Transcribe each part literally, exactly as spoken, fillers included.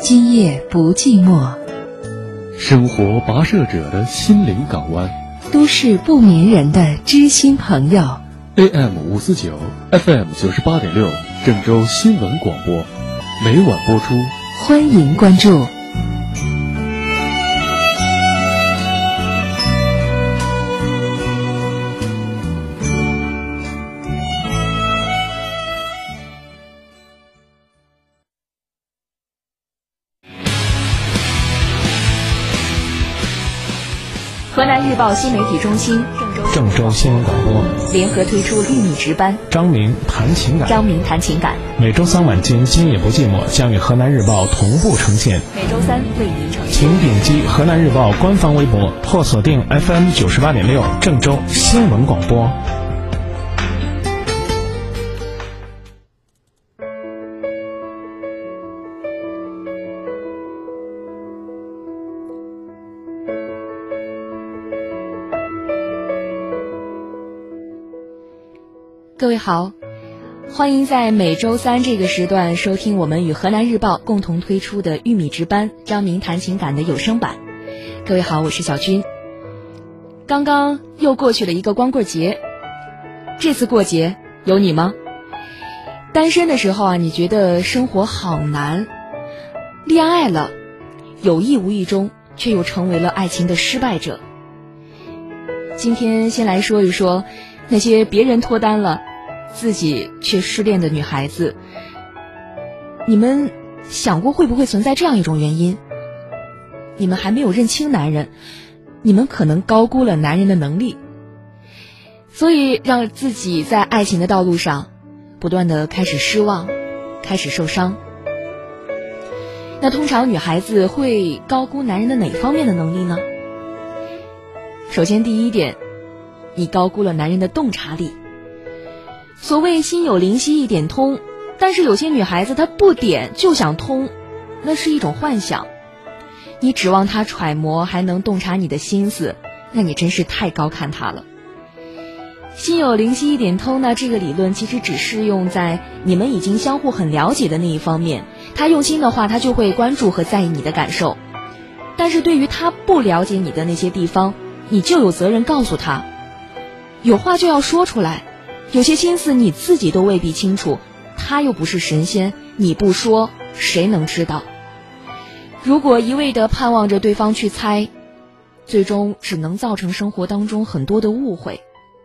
今夜不寂寞， 生活跋涉者的心灵港湾， 都市不眠人的知心朋友。 A M 五四九 F M 九十八点六郑州新闻广播，每晚播出， 欢迎关注。河南日报新媒体中心、 郑州新闻广播联合推出玉米值班， 张明谈情感。 张明谈情感， 每周三晚间今夜不寂寞将与河南日报同步呈现。 每周三为您呈现。 请点击河南日报官方微博或锁定 F M 九十八点六郑州新闻广播。 各位好，欢迎在每周三这个时段收听我们与河南日报共同推出的玉米值班张明谈情感的有声版。各位好，我是小军。刚刚又过去了一个光棍节，这次过节有你吗？单身的时候啊，你觉得生活好难，恋爱了，有意无意中却又成为了爱情的失败者。今天先来说一说那些别人脱单了自己却失恋的女孩子，你们想过会不会存在这样一种原因？你们还没有认清男人，你们可能高估了男人的能力，所以让自己在爱情的道路上不断的开始失望，开始受伤。那通常女孩子会高估男人的哪方面的能力呢？首先第一点，你高估了男人的洞察力。所谓心有灵犀一点通，但是有些女孩子她不点就想通，那是一种幻想。你指望她揣摩还能洞察你的心思，那你真是太高看她了。心有灵犀一点通呢，这个理论其实只适用在你们已经相互很了解的那一方面，她用心的话，她就会关注和在意你的感受。但是对于她不了解你的那些地方，你就有责任告诉她，有话就要说出来，有些心思你自己都未必清楚，他又不是神仙，你不说谁能知道？如果一味地盼望着对方去猜，最终只能造成生活当中很多的误会。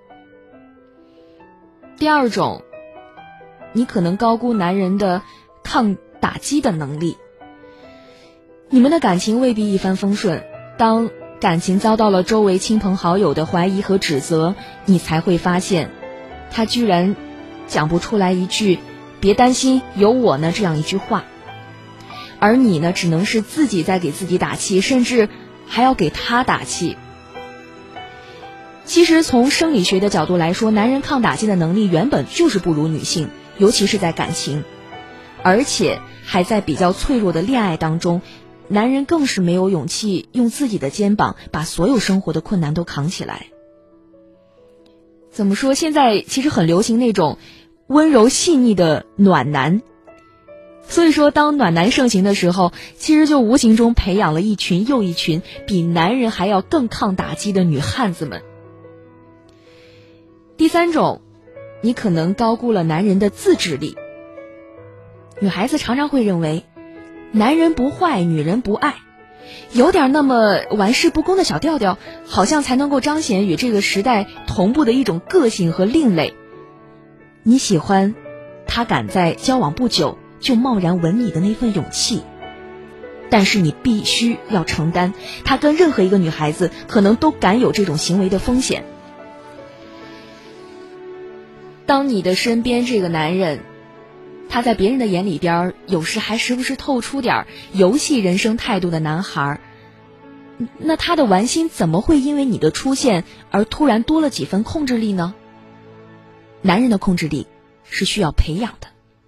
第二种，你可能高估男人的抗打击的能力。你们的感情未必一帆风顺，当感情遭到了周围亲朋好友的怀疑和指责，你才会发现他居然讲不出来一句别担心有我呢这样一句话，而你呢只能是自己在给自己打气，甚至还要给他打气。其实从生理学的角度来说，男人抗打击的能力原本就是不如女性，尤其是在感情，而且还在比较脆弱的恋爱当中，男人更是没有勇气用自己的肩膀把所有生活的困难都扛起来。怎么说，现在其实很流行那种温柔细腻的暖男，所以说当暖男盛行的时候，其实就无形中培养了一群又一群比男人还要更抗打击的女汉子们。第三种，你可能高估了男人的自制力。女孩子常常会认为男人不坏，女人不爱，有点那么玩世不恭的小调调，好像才能够彰显与这个时代同步的一种个性和另类。你喜欢他敢在交往不久就贸然吻你的那份勇气，但是你必须要承担他跟任何一个女孩子可能都敢有这种行为的风险。当你的身边这个男人，他在别人的眼里边有时还时不时透出点游戏人生态度的男孩，那他的玩心怎么会因为你的出现而突然多了几分控制力呢？男人的控制力是需要培养的。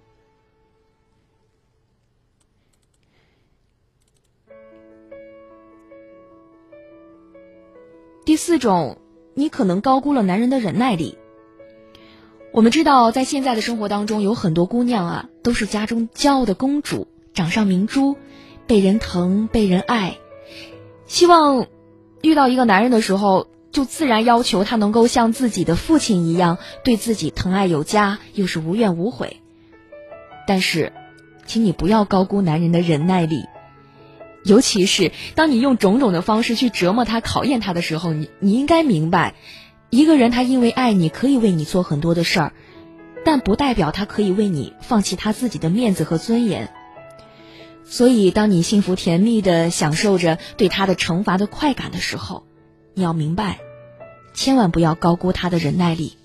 第四种，你可能高估了男人的忍耐力。我们知道在现在的生活当中，有很多姑娘啊都是家中骄傲的公主，掌上明珠， 被人疼、被人爱，希望遇到一个男人的时候，就自然要求他能够像自己的父亲一样，对自己疼爱有加，又是无怨无悔。但是，请你不要高估男人的忍耐力，尤其是当你用种种的方式去折磨他、考验他的时候，你你应该明白，一个人他因为爱你，可以为你做很多的事儿，但不代表他可以为你放弃他自己的面子和尊严。所以，当你幸福甜蜜地享受着对他的惩罚的快感的时候，你要明白，千万不要高估他的忍耐力。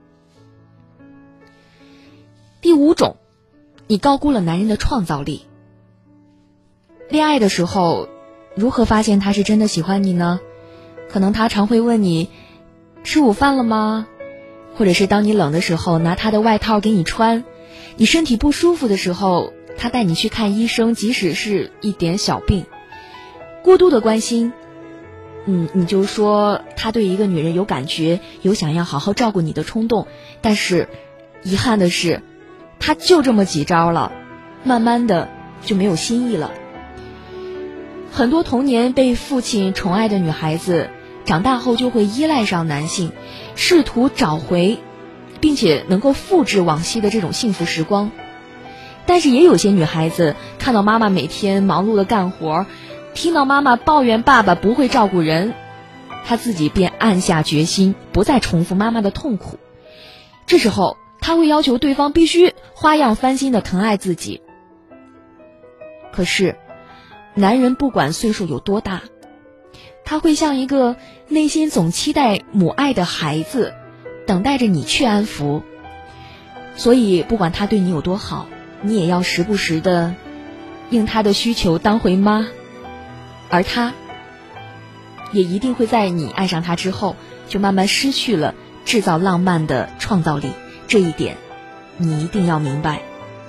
第五种，你高估了男人的创造力。恋爱的时候，如何发现他是真的喜欢你呢？可能他常会问你，吃午饭了吗？或者是当你冷的时候，拿他的外套给你穿；你身体不舒服的时候，他带你去看医生，即使是一点小病。过度的关心，嗯，你就说他对一个女人有感觉，有想要好好照顾你的冲动，但是遗憾的是，他就这么几招了，慢慢的就没有新意了。很多童年被父亲宠爱的女孩子，长大后就会依赖上男性，试图找回并且能够复制往昔的这种幸福时光。但是也有些女孩子看到妈妈每天忙碌的干活，听到妈妈抱怨爸爸不会照顾人，她自己便暗下决心，不再重复妈妈的痛苦。这时候她会要求对方必须花样翻新的疼爱自己。可是男人不管岁数有多大，他会像一个内心总期待母爱的孩子，等待着你去安抚。所以不管他对你有多好，你也要时不时的应他的需求当回妈，而他也一定会在你爱上他之后，就慢慢失去了制造浪漫的创造力。这一点你一定要明白。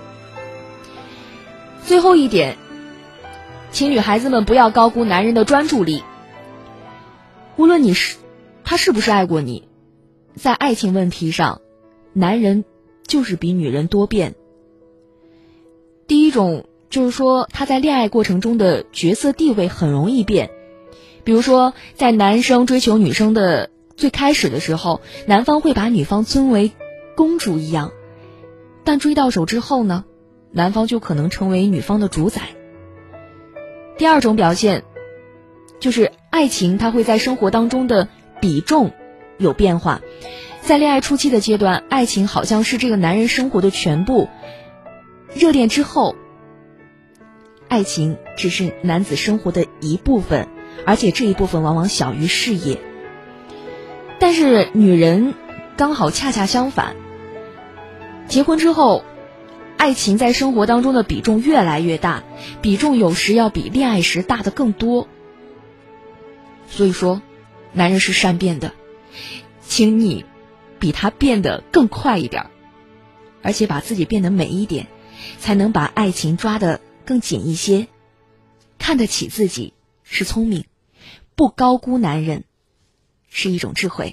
最后一点，请女孩子们不要高估男人的专注力。无论你是他是不是爱过你，在爱情问题上，男人就是比女人多变。第一种就是说，他在恋爱过程中的角色地位很容易变。比如说，在男生追求女生的最开始的时候，男方会把女方尊为公主一样，但追到手之后呢，男方就可能成为女方的主宰。第二种表现就是爱情它会在生活当中的比重有变化。在恋爱初期的阶段，爱情好像是这个男人生活的全部，热恋之后，爱情只是男子生活的一部分，而且这一部分往往小于事业。但是女人刚好恰恰相反，结婚之后，爱情在生活当中的比重越来越大，比重有时要比恋爱时大的更多。所以说，男人是善变的，请你比他变得更快一点，而且把自己变得美一点，才能把爱情抓得更紧一些。看得起自己是聪明，不高估男人是一种智慧。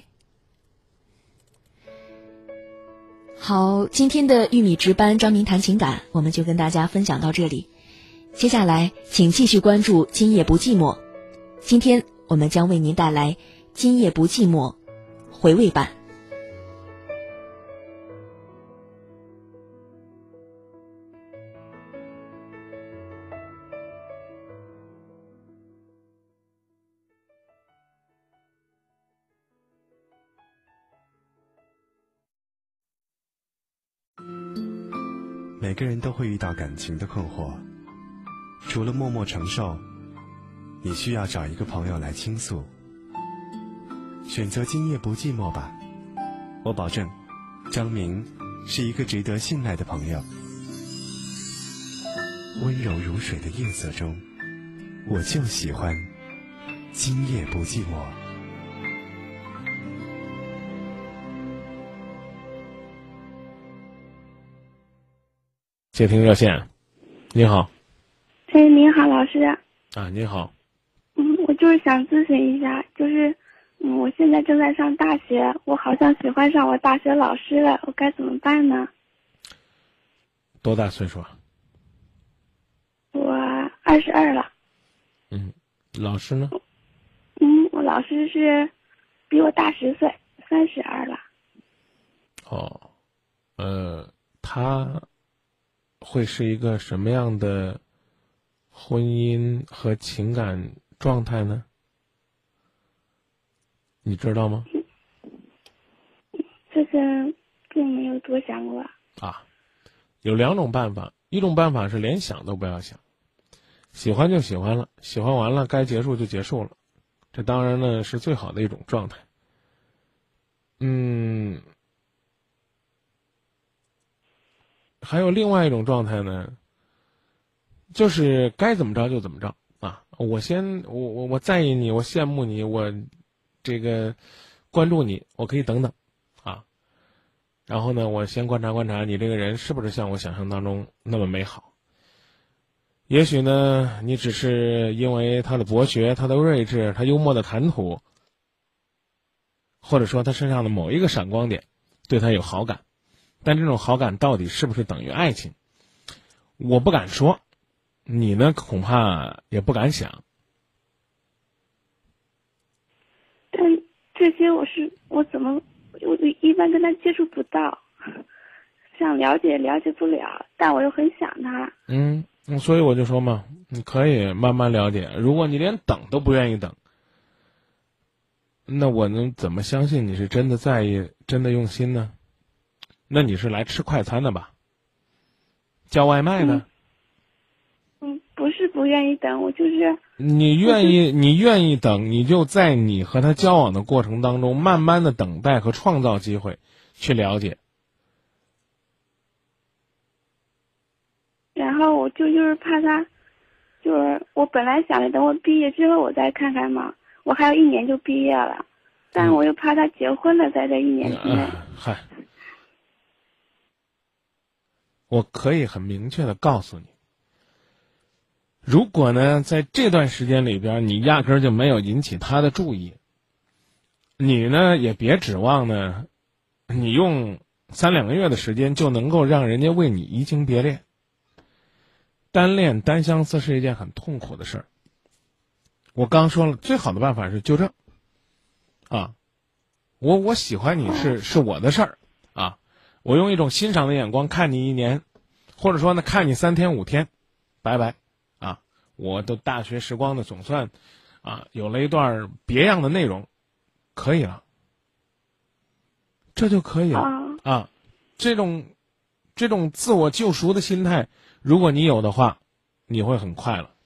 好，今天的玉米值班张明谈情感，我们就跟大家分享到这里。接下来请继续关注今夜不寂寞，今天我们将为您带来今夜不寂寞回味版。 每个人都会遇到感情的困惑，除了默默承受，你需要找一个朋友来倾诉。选择今夜不寂寞吧，我保证张明是一个值得信赖的朋友。温柔如水的夜色中，我就喜欢今夜不寂寞。 接听热线，你好。 哎，您好，老师。 啊，你好。 嗯，我就是想咨询一下，就是嗯，我现在正在上大学，我好像喜欢上我大学老师了，我该怎么办呢？ 多大岁数啊？ 我二十二了。 嗯，老师呢？ 嗯，我老师是比我大十岁，三十二了。 哦，呃，他会是一个什么样的婚姻和情感状态呢？你知道吗？ 这个并没有多想过。 啊，有两种办法，一种办法是连想都不要想，喜欢就喜欢了，喜欢完了该结束就结束了，这当然呢是最好的一种状态。嗯，还有另外一种状态呢，就是该怎么着就怎么着啊！我先我我我在意你，我羡慕你，我这个关注你，我可以等等啊。然后呢，我先观察观察你这个人是不是像我想象当中那么美好。也许呢，你只是因为他的博学、他的睿智、他幽默的谈吐，或者说他身上的某一个闪光点，对他有好感。但这种好感到底是不是等于爱情，我不敢说，你呢恐怕也不敢想。 但这些我是我怎么我一般跟他接触不到，想了解了解不了，但我又很想他。 嗯，所以我就说嘛，你可以慢慢了解。如果你连等都不愿意等，那我能怎么相信你是真的在意、真的用心呢？那你是来吃快餐的吧？叫外卖的？ 嗯，不是不愿意等，我就是你愿意，你愿意等，你就在你和他交往的过程当中，慢慢的等待和创造机会，去了解。 然后我就就是怕他，就是我本来想着等我毕业之后我再看看嘛，我还有一年就毕业了，但我又怕他结婚了，在这一年之内。 嗯、嗨，我可以很明确的告诉你，如果呢在这段时间里边你压根儿就没有引起他的注意，你呢也别指望呢，你用三两个月的时间就能够让人家为你移情别恋。单恋单相思是一件很痛苦的事儿。我刚说了，最好的办法是纠正。啊，我我喜欢你是是我的事儿，啊，我用一种欣赏的眼光看你一年，或者说呢看你三天五天，拜拜，啊，我的大学时光呢总算，啊，有了一段别样的内容，可以了，这就可以了啊，这种这种自我救赎的心态，如果你有的话，你会很快乐。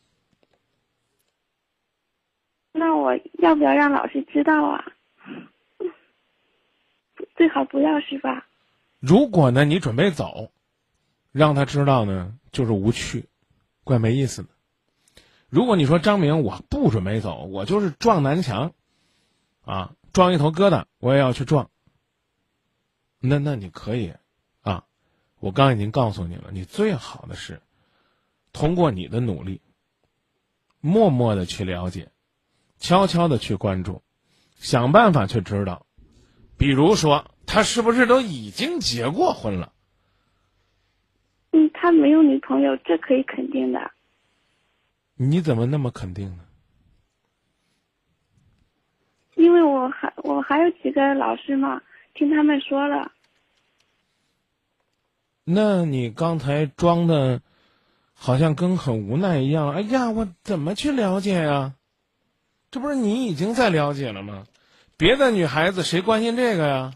那我要不要让老师知道啊？最好不要是吧？ 如果呢你准备走，让他知道呢就是无趣，怪没意思的。如果你说张明我不准备走，我就是撞南墙，啊，撞一头疙瘩我也要去撞，那那你可以啊，我刚已经告诉你了，你最好的是通过你的努力，默默的去了解，悄悄的去关注，想办法去知道，比如说他是不是都已经结过婚了？ 嗯，他没有女朋友，这可以肯定的。 你怎么那么肯定呢？ 因为我还我还有几个老师嘛，听他们说了。 那你刚才装的好像跟很无奈一样，哎呀，我怎么去了解呀？这不是你已经在了解了吗？别的女孩子谁关心这个呀？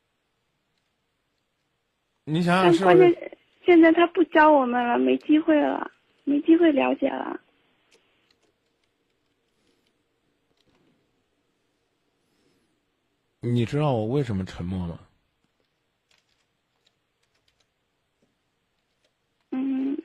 你想想是不是？ 但关键现在他不教我们了，没机会了，没机会了解了。 你知道我为什么沉默吗？ 嗯。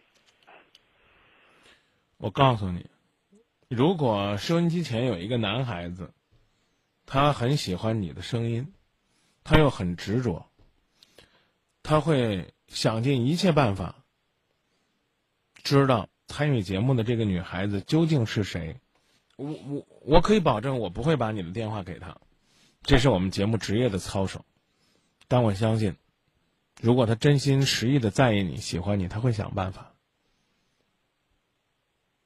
我告诉你，如果收音机前有一个男孩子，他很喜欢你的声音，他又很执着，他会想尽一切办法知道参与节目的这个女孩子究竟是谁。我我我可以保证，我不会把你的电话给他，这是我们节目职业的操守。但我相信，如果他真心实意的在意你、喜欢你，他会想办法。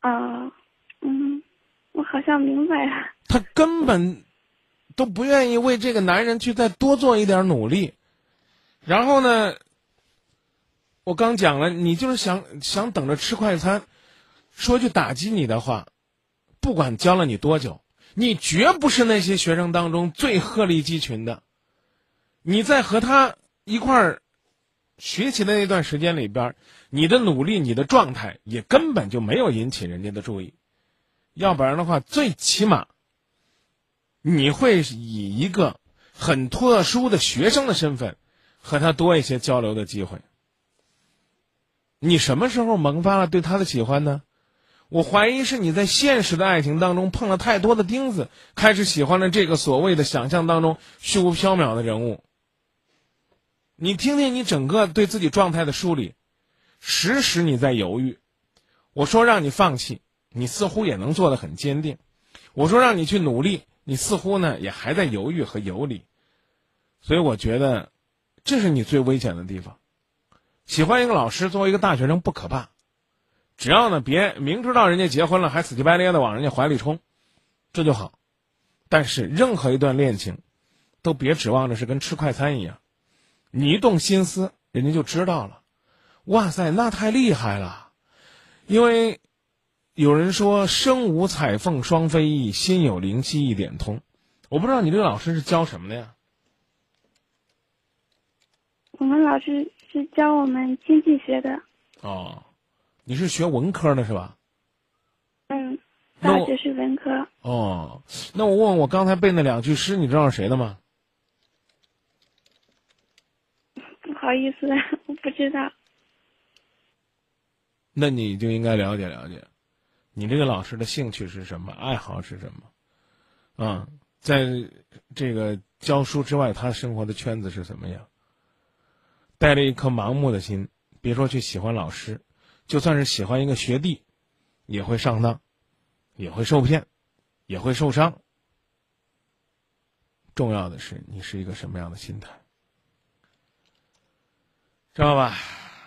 啊，嗯，我好像明白了。 她根本都不愿意为这个男人去再多做一点努力。然后呢，我刚讲了，你就是想想等着吃快餐。说句打击你的话，不管教了你多久，你绝不是那些学生当中最鹤立鸡群的。你在和他一块儿学习的那段时间里边，你的努力、你的状态也根本就没有引起人家的注意。要不然的话，最起码你会以一个很特殊的学生的身份和他多一些交流的机会。你什么时候萌发了对他的喜欢呢？我怀疑是你在现实的爱情当中碰了太多的钉子，开始喜欢了这个所谓的想象当中虚无缥缈的人物。你听听你整个对自己状态的梳理，时时你在犹豫。我说让你放弃，你似乎也能做得很坚定。我说让你去努力，你似乎呢也还在犹豫和游离。所以我觉得这是你最危险的地方。喜欢一个老师，作为一个大学生不可怕，只要呢别明知道人家结婚了还死乞白咧的往人家怀里冲，这就好。但是任何一段恋情都别指望着是跟吃快餐一样，你一动心思人家就知道了。哇塞，那太厉害了。因为有人说身无彩凤双飞翼，心有灵犀一点通。我不知道你这个老师是教什么的呀？ 我们老师是教我们经济学的。 哦，你是学文科的是吧？ 嗯，大学是文科。 哦，那我问我刚才背那两句诗，你知道是谁的吗？ 不好意思，我不知道。 那你就应该了解了解，你这个老师的兴趣是什么，爱好是什么？啊、嗯，在这个教书之外，他生活的圈子是怎么样？带着一颗盲目的心，别说去喜欢老师，就算是喜欢一个学弟，也会上当，也会受骗，也会受伤。重要的是你是一个什么样的心态，知道吧？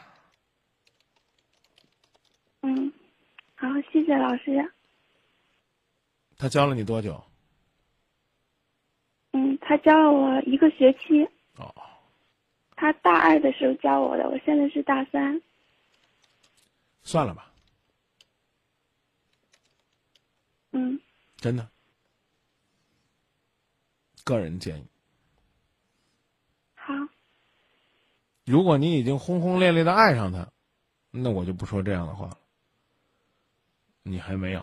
嗯，好，谢谢老师。 他教了你多久？ 嗯，他教了我一个学期。 哦。 他大二的时候教我的，我现在是大三。 算了吧。 嗯。 真的。个人建议。 好。 如果你已经轰轰烈烈的爱上他，那我就不说这样的话了。你还没有。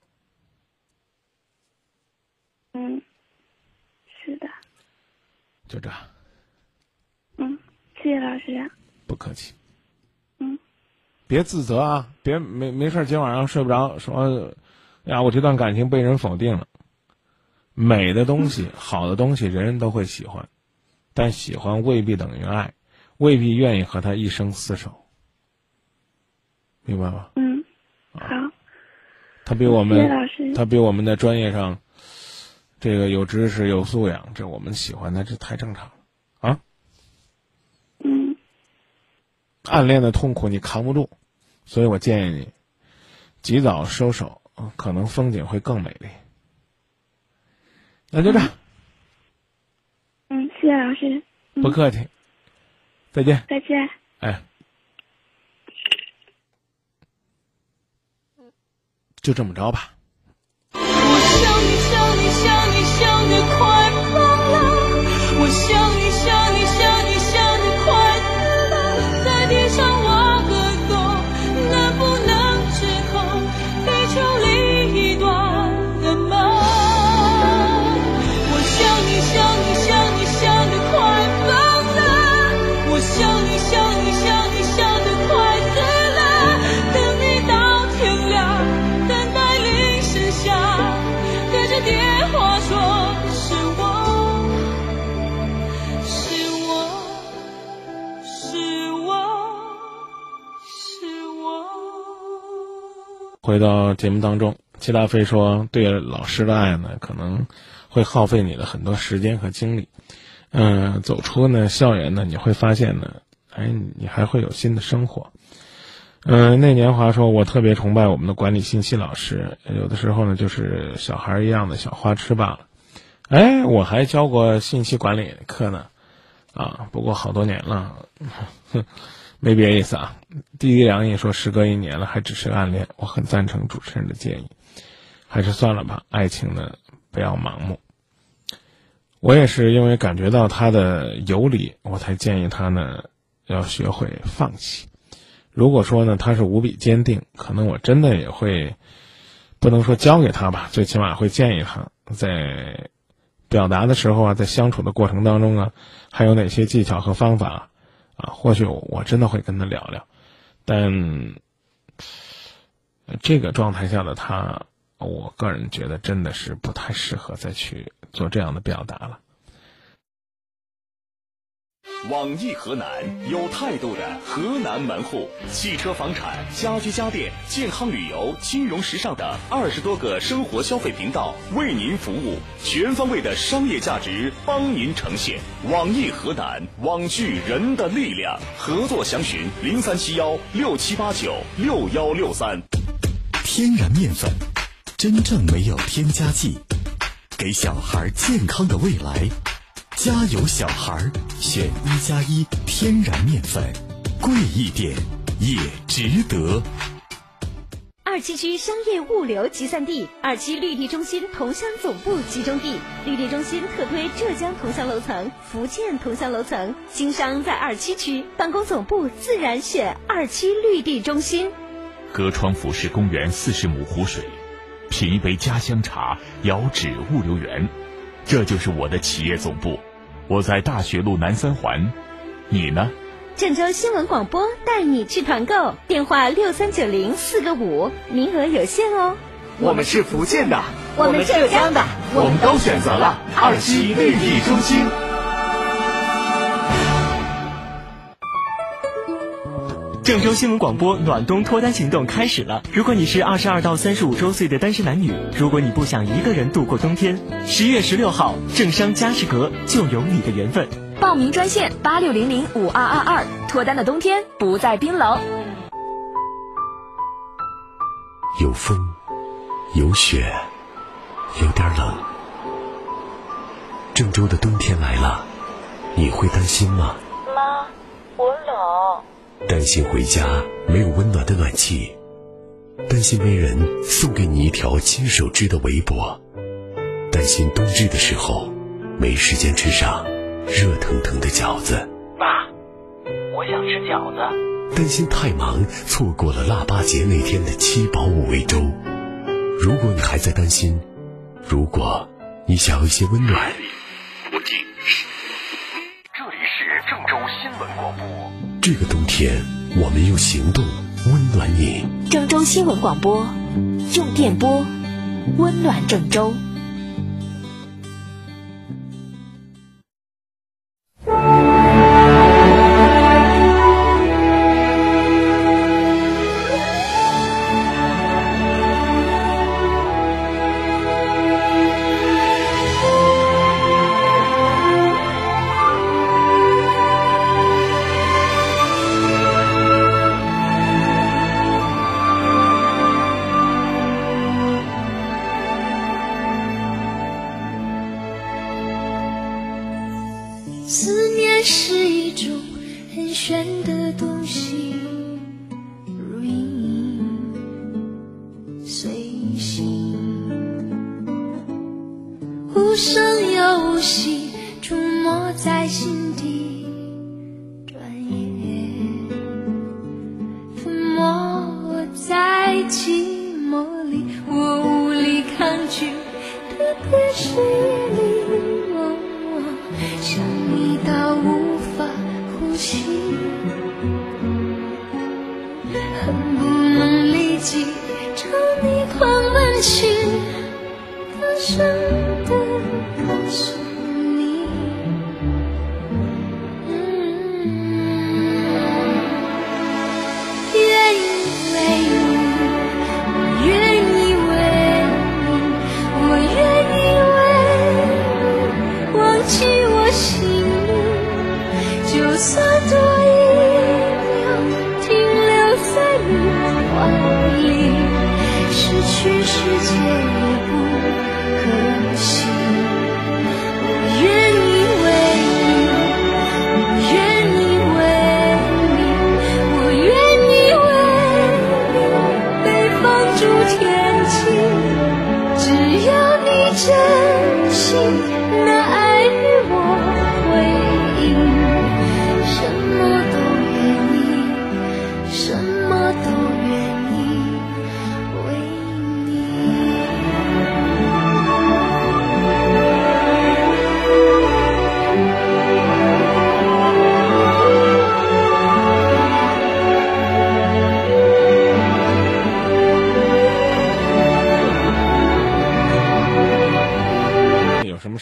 嗯，是的。 就这。 嗯，谢谢老师。 不客气。 嗯。 别自责啊！别没没事，今晚上睡不着，说呀，我这段感情被人否定了。美的东西、嗯、好的东西，人人都会喜欢，但喜欢未必等于爱，未必愿意和他一生厮守。明白吗？ 嗯，好。 他比我们， 谢谢老师。 他比我们在专业上，这个有知识、有素养，这我们喜欢他，这太正常了啊。 嗯。 暗恋的痛苦你扛不住，所以我建议你及早收手，可能风景会更美丽。那就这样。 嗯，谢谢老师。 不客气。再见。 再见。 哎。就这么着吧。 我想你想你想你想得快疯了，我想你想你想你想得快死了，在地上挖个洞，能不能之后地球另一端的梦？我想你想你想你想得快疯了，我想你想你想你想得快死了，等你到天亮。电话说是我是我是我是我。 回到节目当中，齐大飞说对老师的爱呢可能会耗费你的很多时间和精力，嗯、呃，走出呢校园呢你会发现呢，哎，你还会有新的生活。 嗯、呃，那年华说，我特别崇拜我们的管理信息老师，有的时候呢，就是小孩一样的小花痴罢了。哎，我还教过信息管理课呢，啊，不过好多年了，哼，没别意思啊。第一良也说，时隔一年了，还只是暗恋，我很赞成主持人的建议，还是算了吧，爱情呢，不要盲目。我也是因为感觉到他的有理，我才建议他呢，要学会放弃。如果说呢，他是无比坚定，可能我真的也会，不能说教给他吧，最起码会建议他在表达的时候啊，在相处的过程当中啊，还有哪些技巧和方法啊？或许我真的会跟他聊聊，但这个状态下的他，我个人觉得真的是不太适合再去做这样的表达了。 网易河南，有态度的河南门户，汽车、房产、家居家电、健康旅游、金融时尚等二十多个生活消费频道为您服务，全方位的商业价值帮您呈现。网易河南，网聚人的力量，合作详询零三七幺六七八九六幺六三。 天然面粉，真正没有添加剂，给小孩健康的未来。家有小孩，选一加一天然面粉，贵一点也值得。 二七区商业物流集散地，二期绿地中心同乡总部集中地。绿地中心特推浙江同乡楼层、福建同乡楼层，经商在二七区，办公总部自然选二期绿地中心。 隔窗俯视公园四十亩湖水，品一杯家乡茶，遥指物流园。这就是我的企业总部，我在大学路南三环，你呢？ 郑州新闻广播带你去团购，电话六三九零四个五，名额有限哦。 我们是福建的， 我们浙江的， 我们都选择了二期绿地中心。 郑州新闻广播暖冬脱单行动开始了。如果你是二十二到三十五周岁的单身男女，如果你不想一个人度过冬天，十月十六号正商佳士阁就有你的缘分。 报名专线八六零零五二二二，脱单的冬天不再冰冷。 有风，有雪，有点冷。郑州的冬天来了，你会担心吗？ 妈，我冷。 担心回家没有温暖的暖气，担心没人送给你一条亲手织的围脖，担心冬至的时候没时间吃上热腾腾的饺子。 爸，我想吃饺子。 担心太忙错过了腊八节那天的七宝五味粥。如果你还在担心，如果你想要一些温暖， 不进。这里是郑州新闻广播。 这个冬天，我们用行动温暖你。 郑州新闻广播，用电波温暖郑州。 思念是一种很玄的东西，如影随形，无声又无息，触摸在心底，转眼吞没在寂寞里，我无力抗拒，特别是夜里，想你到无法呼吸，恨不能立即将你关门去，大声地告诉你，嗯，愿意为你，我愿意为你，我愿意为你忘记我心里，就算多一秒停留在你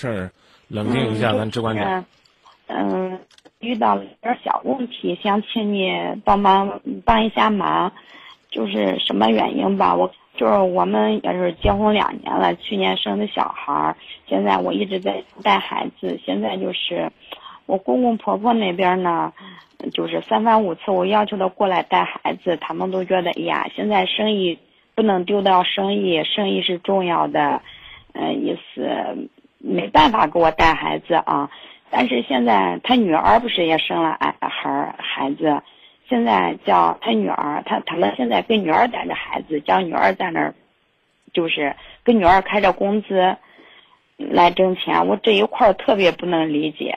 事儿？冷静一下， 嗯、 咱只管讲。 嗯，遇到了点小问题，想请你帮忙帮一下忙，就是什么原因吧？我就是我们也是结婚两年了，去年生的小孩儿，现在我一直在带孩子，现在就是我公公婆婆那边呢，就是三番五次我要求他过来带孩子，他们都觉得哎呀，现在生意不能丢掉生意，生意是重要的，呃，意思没办法给我带孩子啊。但是现在他女儿不是也生了孩孩孩子，现在叫他女儿，他他们现在跟女儿带着孩子，叫女儿在那儿，就是跟女儿开着工资来挣钱，我这一块儿特别不能理解。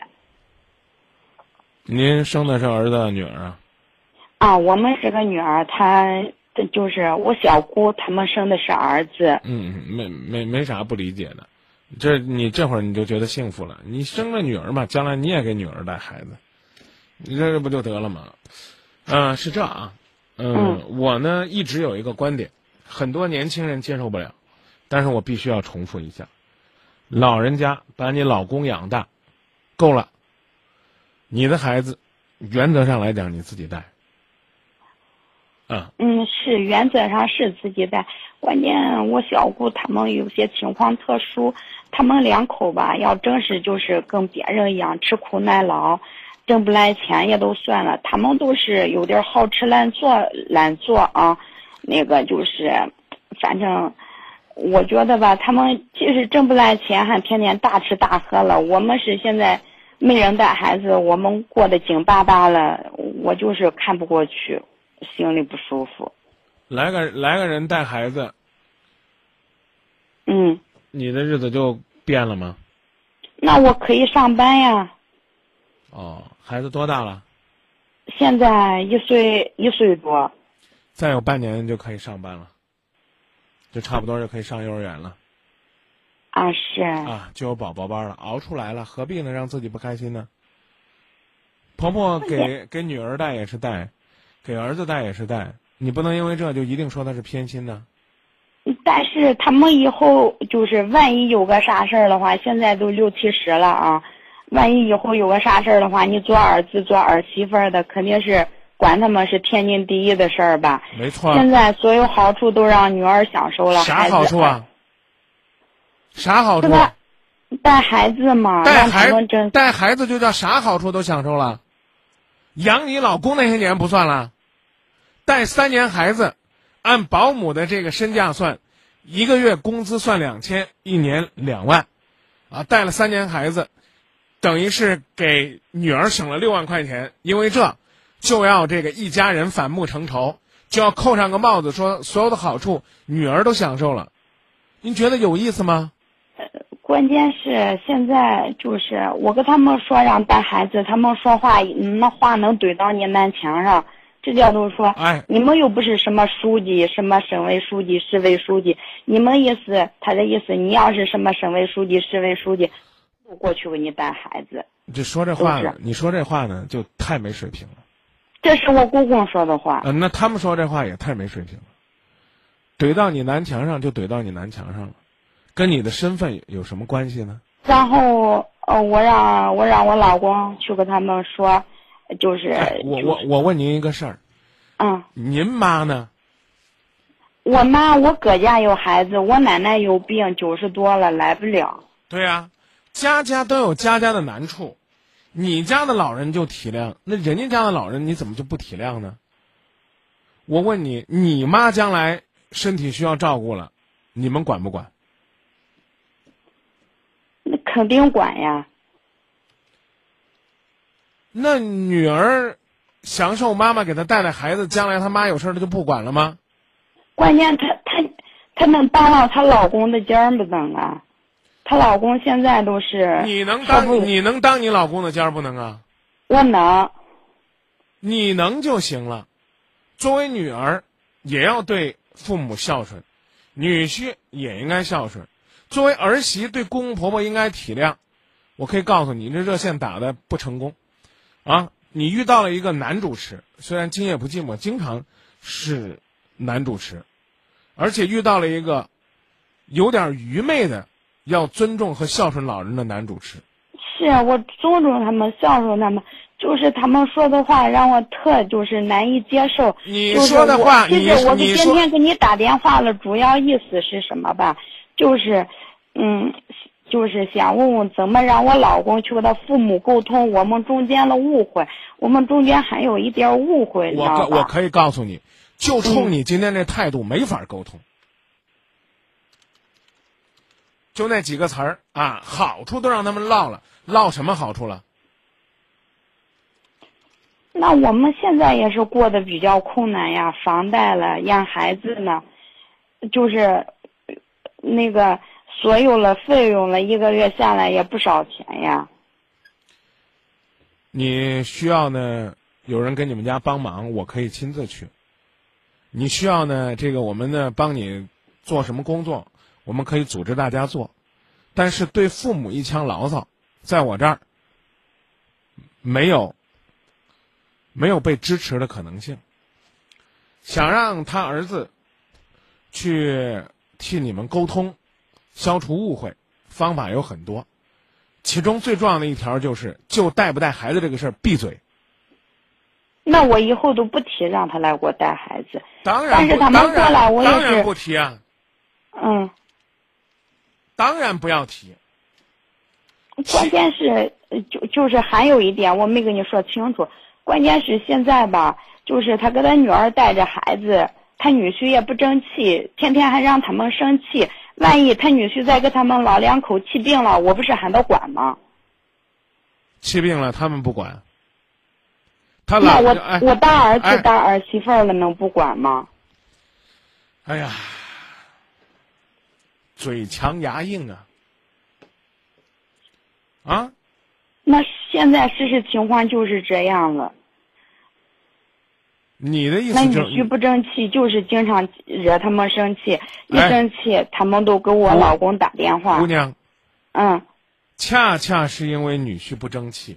您生的是儿子女儿啊？ 啊，我们是个女儿，她就是我小姑，他们生的是儿子。 嗯，没没没啥不理解的。这你这会儿你就觉得幸福了，你生了女儿嘛，将来你也给女儿带孩子，你这不就得了吗？嗯、呃，是这啊，嗯、呃嗯，我呢一直有一个观点，很多年轻人接受不了，但是我必须要重复一下，老人家把你老公养大，够了，你的孩子，原则上来讲你自己带。 嗯嗯，是原则上是自己带，关键我小姑他们有些情况特殊，他们两口吧，要真是就是跟别人一样吃苦耐劳，挣不来钱也都算了，他们都是有点好吃懒做懒做啊，那个就是反正我觉得吧，他们即使挣不来钱还天天大吃大喝了，我们是现在没人带孩子，我们过得紧巴巴了，我就是看不过去，心里不舒服。 来个来个人带孩子， 嗯， 你的日子就变了吗？ 那我可以上班呀。 哦，孩子多大了？ 现在一岁一岁多。 再有半年就可以上班了，就差不多就可以上幼儿园了。 啊，是啊，就有宝宝班了，熬出来了，何必呢让自己不开心呢？婆婆给给女儿带也是带，给儿子带也是带，你不能因为这就一定说他是偏心呢。 但是他们以后就是万一有个啥事儿的话，现在都六七十了啊，万一以后有个啥事儿的话，你做儿子做儿媳妇儿的肯定是管他们是天经地义的事儿吧？ 没错。 现在所有好处都让女儿享受了。 啥好处啊？啥好处？ 带孩子嘛， 带孩子带孩子就叫啥好处都享受了。养你老公那些年不算了，带三年孩子，按保姆的这个身价算，一个月工资算两千，一年两万，啊，带了三年孩子，等于是给女儿省了六万块钱，因为这就要这个一家人反目成仇，就要扣上个帽子，说所有的好处女儿都享受了，您觉得有意思吗？ 关键是现在就是我跟他们说让带孩子，他们说话那话能怼到你南墙上，这叫都说， 哎， 你们又不是什么书记，什么省委书记、市委书记，你们意思，他的意思，你要是什么省委书记、市委书记，我过去给你带孩子。 这说这话呢，你说这话呢，就太没水平了。 这是我姑公说的话。 嗯、呃，那他们说这话也太没水平了。怼到你南墙上就怼到你南墙上了。跟你的身份有什么关系呢？ 然后，呃，我让我让我老公去跟他们说，就是。 哎、我我我问您一个事儿。 嗯。 您妈呢？ 我妈，我哥家有孩子，我奶奶有病，九十多了，来不了。 对呀、啊，家家都有家家的难处，你家的老人就体谅，那人家家的老人你怎么就不体谅呢？我问你，你妈将来身体需要照顾了，你们管不管？ 那肯定管呀。 那女儿享受妈妈给她带带孩子，将来她妈有事她就不管了吗？ 关键她她她能当了她老公的尖儿不能啊？她老公现在都是你能当你能当你老公的尖儿不能啊？ 我能。 你能就行了。作为女儿，也要对父母孝顺，女婿也应该孝顺。作为儿媳，对公公婆婆应该体谅。我可以告诉你，这热线打的不成功，啊，你遇到了一个男主持，虽然今夜不寂寞经常是男主持，而且遇到了一个有点愚昧的要尊重和孝顺老人的男主持。 是啊，我尊重他们，孝顺他们，就是他们说的话让我特就是难以接受。 你说的话， 其实我你今天给你打电话了，主要意思是什么吧？就是，嗯，就是想问问怎么让我老公去和他父母沟通，我们中间的误会，我们中间还有一点误会，你知道吧？ 我我可以告诉你，就冲你今天这态度，没法沟通。就那几个词儿啊，好处都让他们唠了，唠什么好处了？ 那我们现在也是过得比较困难呀，房贷了，养孩子呢，就是那个所有的费用了，一个月下来也不少钱呀。 你需要呢，有人给你们家帮忙，我可以亲自去。你需要呢，这个我们呢帮你做什么工作？我们可以组织大家做，但是对父母一腔牢骚，在我这儿没有没有被支持的可能性。想让他儿子去替你们沟通，消除误会，方法有很多，其中最重要的一条就是，就带不带孩子这个事儿，闭嘴。 那我以后都不提让他来给我带孩子。 当然， 但是他们过来，我也是。 当然不提啊。 嗯。 当然不要提。 关键是，就就是还有一点我没跟你说清楚。关键是现在吧，就是他给他女儿带着孩子，他女婿也不争气，天天还让他们生气。万一他女婿再给他们老两口气病了，我不是还得管吗？ 气病了，他们不管。他老那我、 哎、 我大儿子、 哎、 大儿媳妇了，能不管吗？ 哎呀，嘴强牙硬啊！啊？ 那现在事实情况就是这样了。 你的意思那女就婿不争气，就是经常惹他们生气，一哎生气他们都给我老公打电话。 姑娘， 嗯， 恰恰是因为女婿不争气，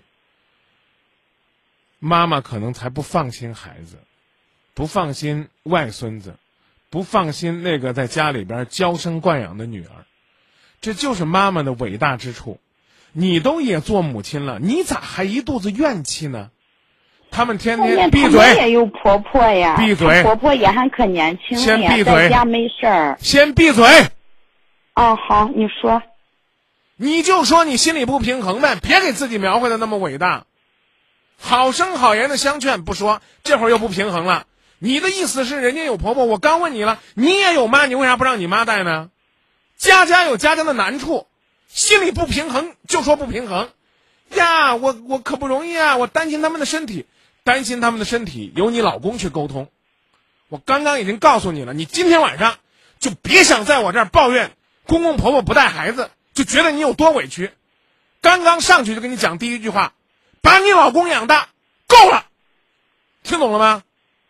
妈妈可能才不放心孩子，不放心外孙子，不放心那个在家里边娇生惯养的女儿，这就是妈妈的伟大之处。你都也做母亲了，你咋还一肚子怨气呢？他们天天闭嘴。 他们也有婆婆呀， 闭嘴。 婆婆也还可年轻先闭嘴， 在家没事儿。 先闭嘴。 哦，好，你说。 你就说你心里不平衡呗，别给自己描绘的那么伟大。好声好言的相劝不说，这会儿又不平衡了。你的意思是人家有婆婆，我刚问你了，你也有妈，你为啥不让你妈带呢？家家有家家的难处，心里不平衡就说不平衡。呀，我我可不容易啊，我担心他们的身体，担心他们的身体由你老公去沟通。我刚刚已经告诉你了，你今天晚上就别想在我这儿抱怨公公婆婆不带孩子，就觉得你有多委屈。刚刚上去就跟你讲第一句话，把你老公养大够了，听懂了吗？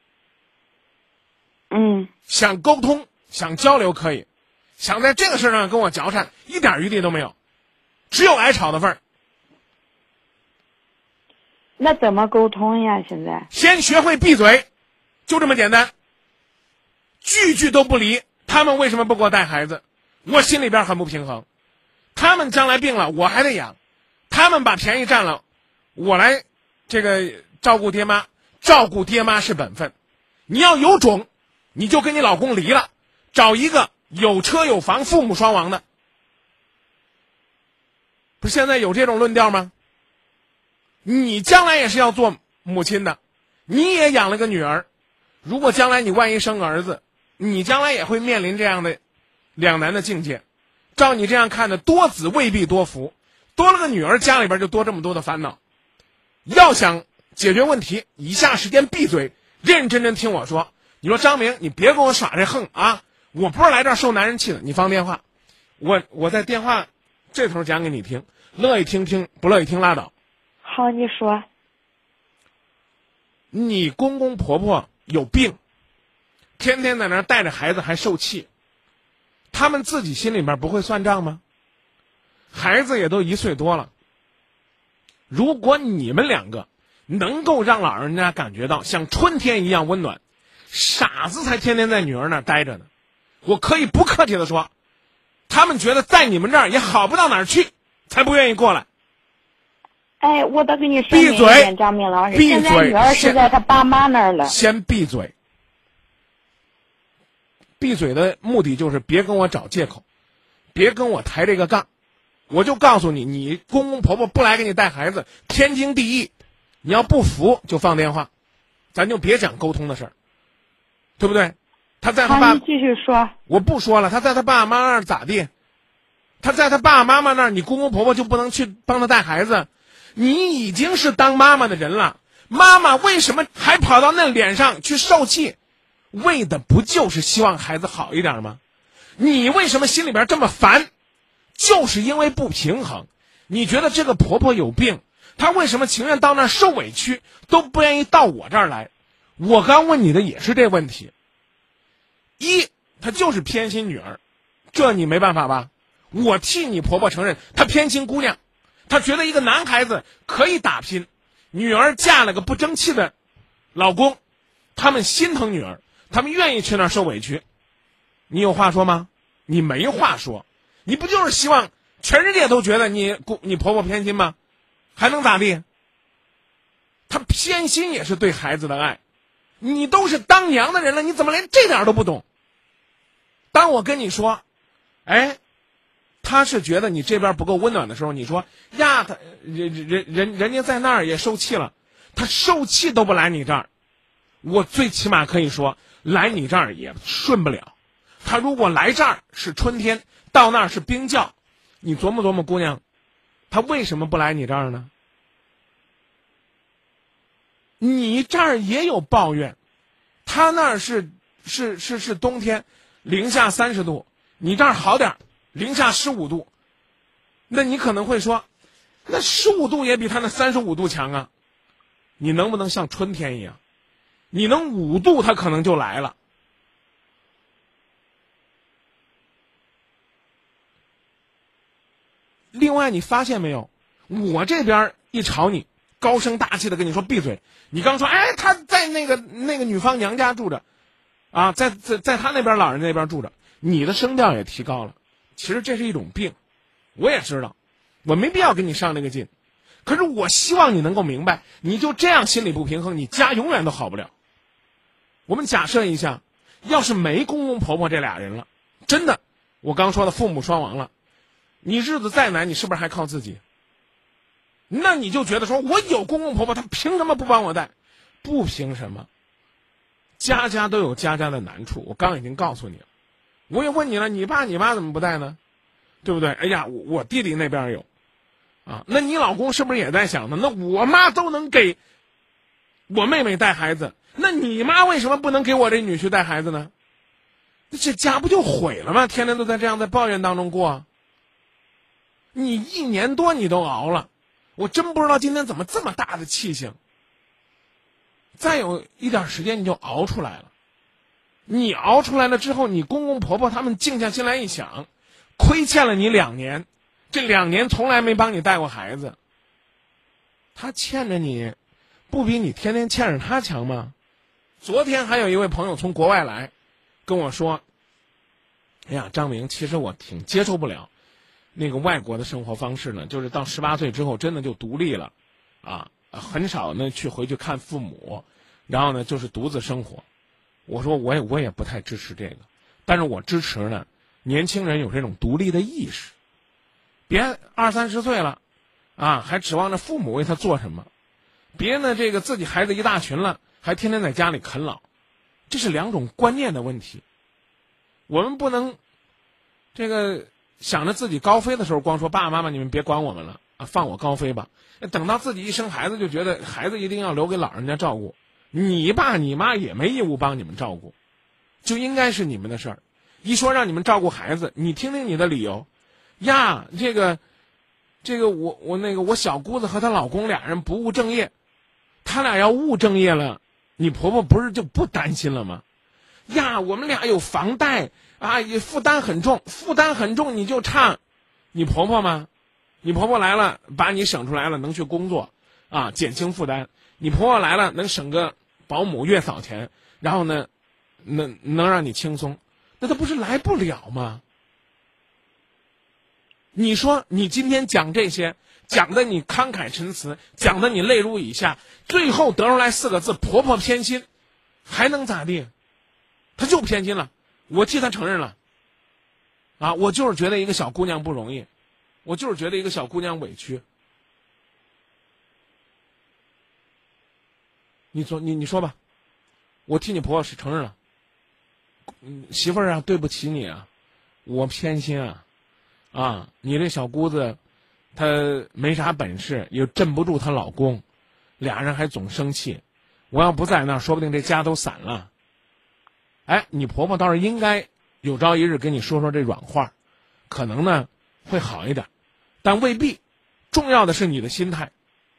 嗯， 想沟通想交流可以，想在这个事上跟我嚼缠一点余地都没有，只有挨吵的份儿。 那怎么沟通呀？现在先学会闭嘴，就这么简单。句句都不离，他们为什么不给我带孩子？我心里边很不平衡。他们将来病了，我还得养；他们把便宜占了，我来这个照顾爹妈。照顾爹妈是本分。你要有种，你就跟你老公离了，找一个有车有房、父母双亡的。不是现在有这种论调吗？你将来也是要做母亲的，你也养了个女儿，如果将来你万一生儿子，你将来也会面临这样的两难的境界。照你这样看的，多子未必多福，多了个女儿，家里边就多这么多的烦恼。要想解决问题，以下时间闭嘴，认认真真听我说。你说张明，你别跟我耍这横啊！我不是来这儿受男人气的，你放电话，我我在电话这头讲给你听，乐意听听，不乐意听拉倒。 好，你说。 你公公婆婆有病，天天在那儿带着孩子还受气，他们自己心里面不会算账吗？孩子也都一岁多了，如果你们两个能够让老人家感觉到像春天一样温暖，傻子才天天在女儿那儿待着呢。我可以不客气的说，他他们觉得在你们这儿也好不到哪儿去，才不愿意过来。 哎，我得给你声明一闭嘴点，张明老师， 闭嘴现在女儿是在她爸妈那儿了。 先闭嘴。闭嘴的目的就是别跟我找借口，别跟我抬这个杠。我就告诉你，你公公婆婆不来给你带孩子，天经地义。你要不服就放电话，咱就别讲沟通的事儿，对不对？他在他爸， 你继续说。 我不说了，他在他爸爸妈妈那儿咋地？他在他爸爸妈妈那儿，你公公婆婆就不能去帮他带孩子？你已经是当妈妈的人了，妈妈为什么还跑到那脸上去受气？为的不就是希望孩子好一点吗？你为什么心里边这么烦？就是因为不平衡。你觉得这个婆婆有病，她为什么情愿到那儿受委屈，都不愿意到我这儿来？我刚问你的也是这问题。一，她就是偏心女儿，这你没办法吧？我替你婆婆承认，她偏心姑娘，她觉得一个男孩子可以打拼，女儿嫁了个不争气的老公，他们心疼女儿，他们愿意去那儿受委屈。你有话说吗？你没话说，你不就是希望全世界都觉得你你婆婆偏心吗？还能咋地？她偏心也是对孩子的爱。你都是当娘的人了，你怎么连这点都不懂？当我跟你说，哎，他是觉得你这边不够温暖的时候，你说呀，他人人人人家在那儿也受气了，他受气都不来你这儿，我最起码可以说来你这儿也顺不了。他如果来这儿是春天，到那儿是冰窖，你琢磨琢磨，姑娘，他为什么不来你这儿呢？你这儿也有抱怨，他那儿是是是是冬天，零下三十度，你这儿好点，零下十五度。那你可能会说，那十五度也比他那三十五度强啊。你能不能像春天一样？你能五度，他可能就来了。另外，你发现没有，我这边一吵你，高声大气的跟你说闭嘴。你刚说，哎，他在那个那个女方娘家住着，啊，在在在他那边老人那边住着，你的声调也提高了。其实这是一种病，我也知道，我没必要跟你上那个劲。可是我希望你能够明白，你就这样心理不平衡，你家永远都好不了。我们假设一下，要是没公公婆婆这俩人了，真的，我刚说的父母双亡了，你日子再难，你是不是还靠自己？那你就觉得说，我有公公婆婆，他凭什么不帮我带？不凭什么，家家都有家家的难处。我刚已经告诉你了，我也问你了，你爸你妈怎么不带呢？对不对？哎呀，我我弟弟那边有，啊，那你老公是不是也在想呢？那我妈都能给我妹妹带孩子，那你妈为什么不能给我这女婿带孩子呢？这家不就毁了吗？天天都在这样在抱怨当中过。你一年多你都熬了，我真不知道今天怎么这么大的气性。再有一点时间你就熬出来了，你熬出来了之后，你公公婆婆他们静下心来一想，亏欠了你两年，这两年从来没帮你带过孩子，他欠着你，不比你天天欠着他强吗？昨天还有一位朋友从国外来跟我说，哎呀，张明，其实我挺接受不了那个外国的生活方式呢，就是到十八岁之后真的就独立了，啊，很少呢去回去看父母，然后呢就是独自生活。我说我也我也不太支持这个，但是我支持呢年轻人有这种独立的意识，别二三十岁了，啊，还指望着父母为他做什么，别呢这个自己孩子一大群了，还天天在家里啃老，这是两种观念的问题。我们不能这个想着自己高飞的时候光说爸爸妈妈你们别管我们了啊，放我高飞吧，等到自己一生孩子就觉得孩子一定要留给老人家照顾，你爸你妈也没义务帮你们照顾，就应该是你们的事儿。一说让你们照顾孩子，你听听你的理由呀，这个这个我我那个我小姑子和她老公俩人不务正业，他俩要务正业了，你婆婆不是就不担心了吗？呀，我们俩有房贷啊，也负担很重，负担很重你就差你婆婆吗？你婆婆来了把你省出来了，能去工作啊，减轻负担。你婆婆来了能省个保姆月嫂钱，然后呢能能让你轻松，那她不是来不了吗？ 你说你今天讲这些，讲的你慷慨陈词，讲的你泪如雨下，最后得出来四个字婆婆偏心，还能咋地？她就偏心了，我替她承认了。啊，我就是觉得一个小姑娘不容易，我就是觉得一个小姑娘委屈。你说你你说吧，我替你婆婆是承认了。嗯，媳妇儿啊，对不起你啊，我偏心啊，啊，你这小姑子，她没啥本事，也镇不住她老公，俩人还总生气，我要不在那儿，说不定这家都散了。哎，你婆婆倒是应该有朝一日跟你说说这软话，可能呢会好一点，但未必。重要的是你的心态。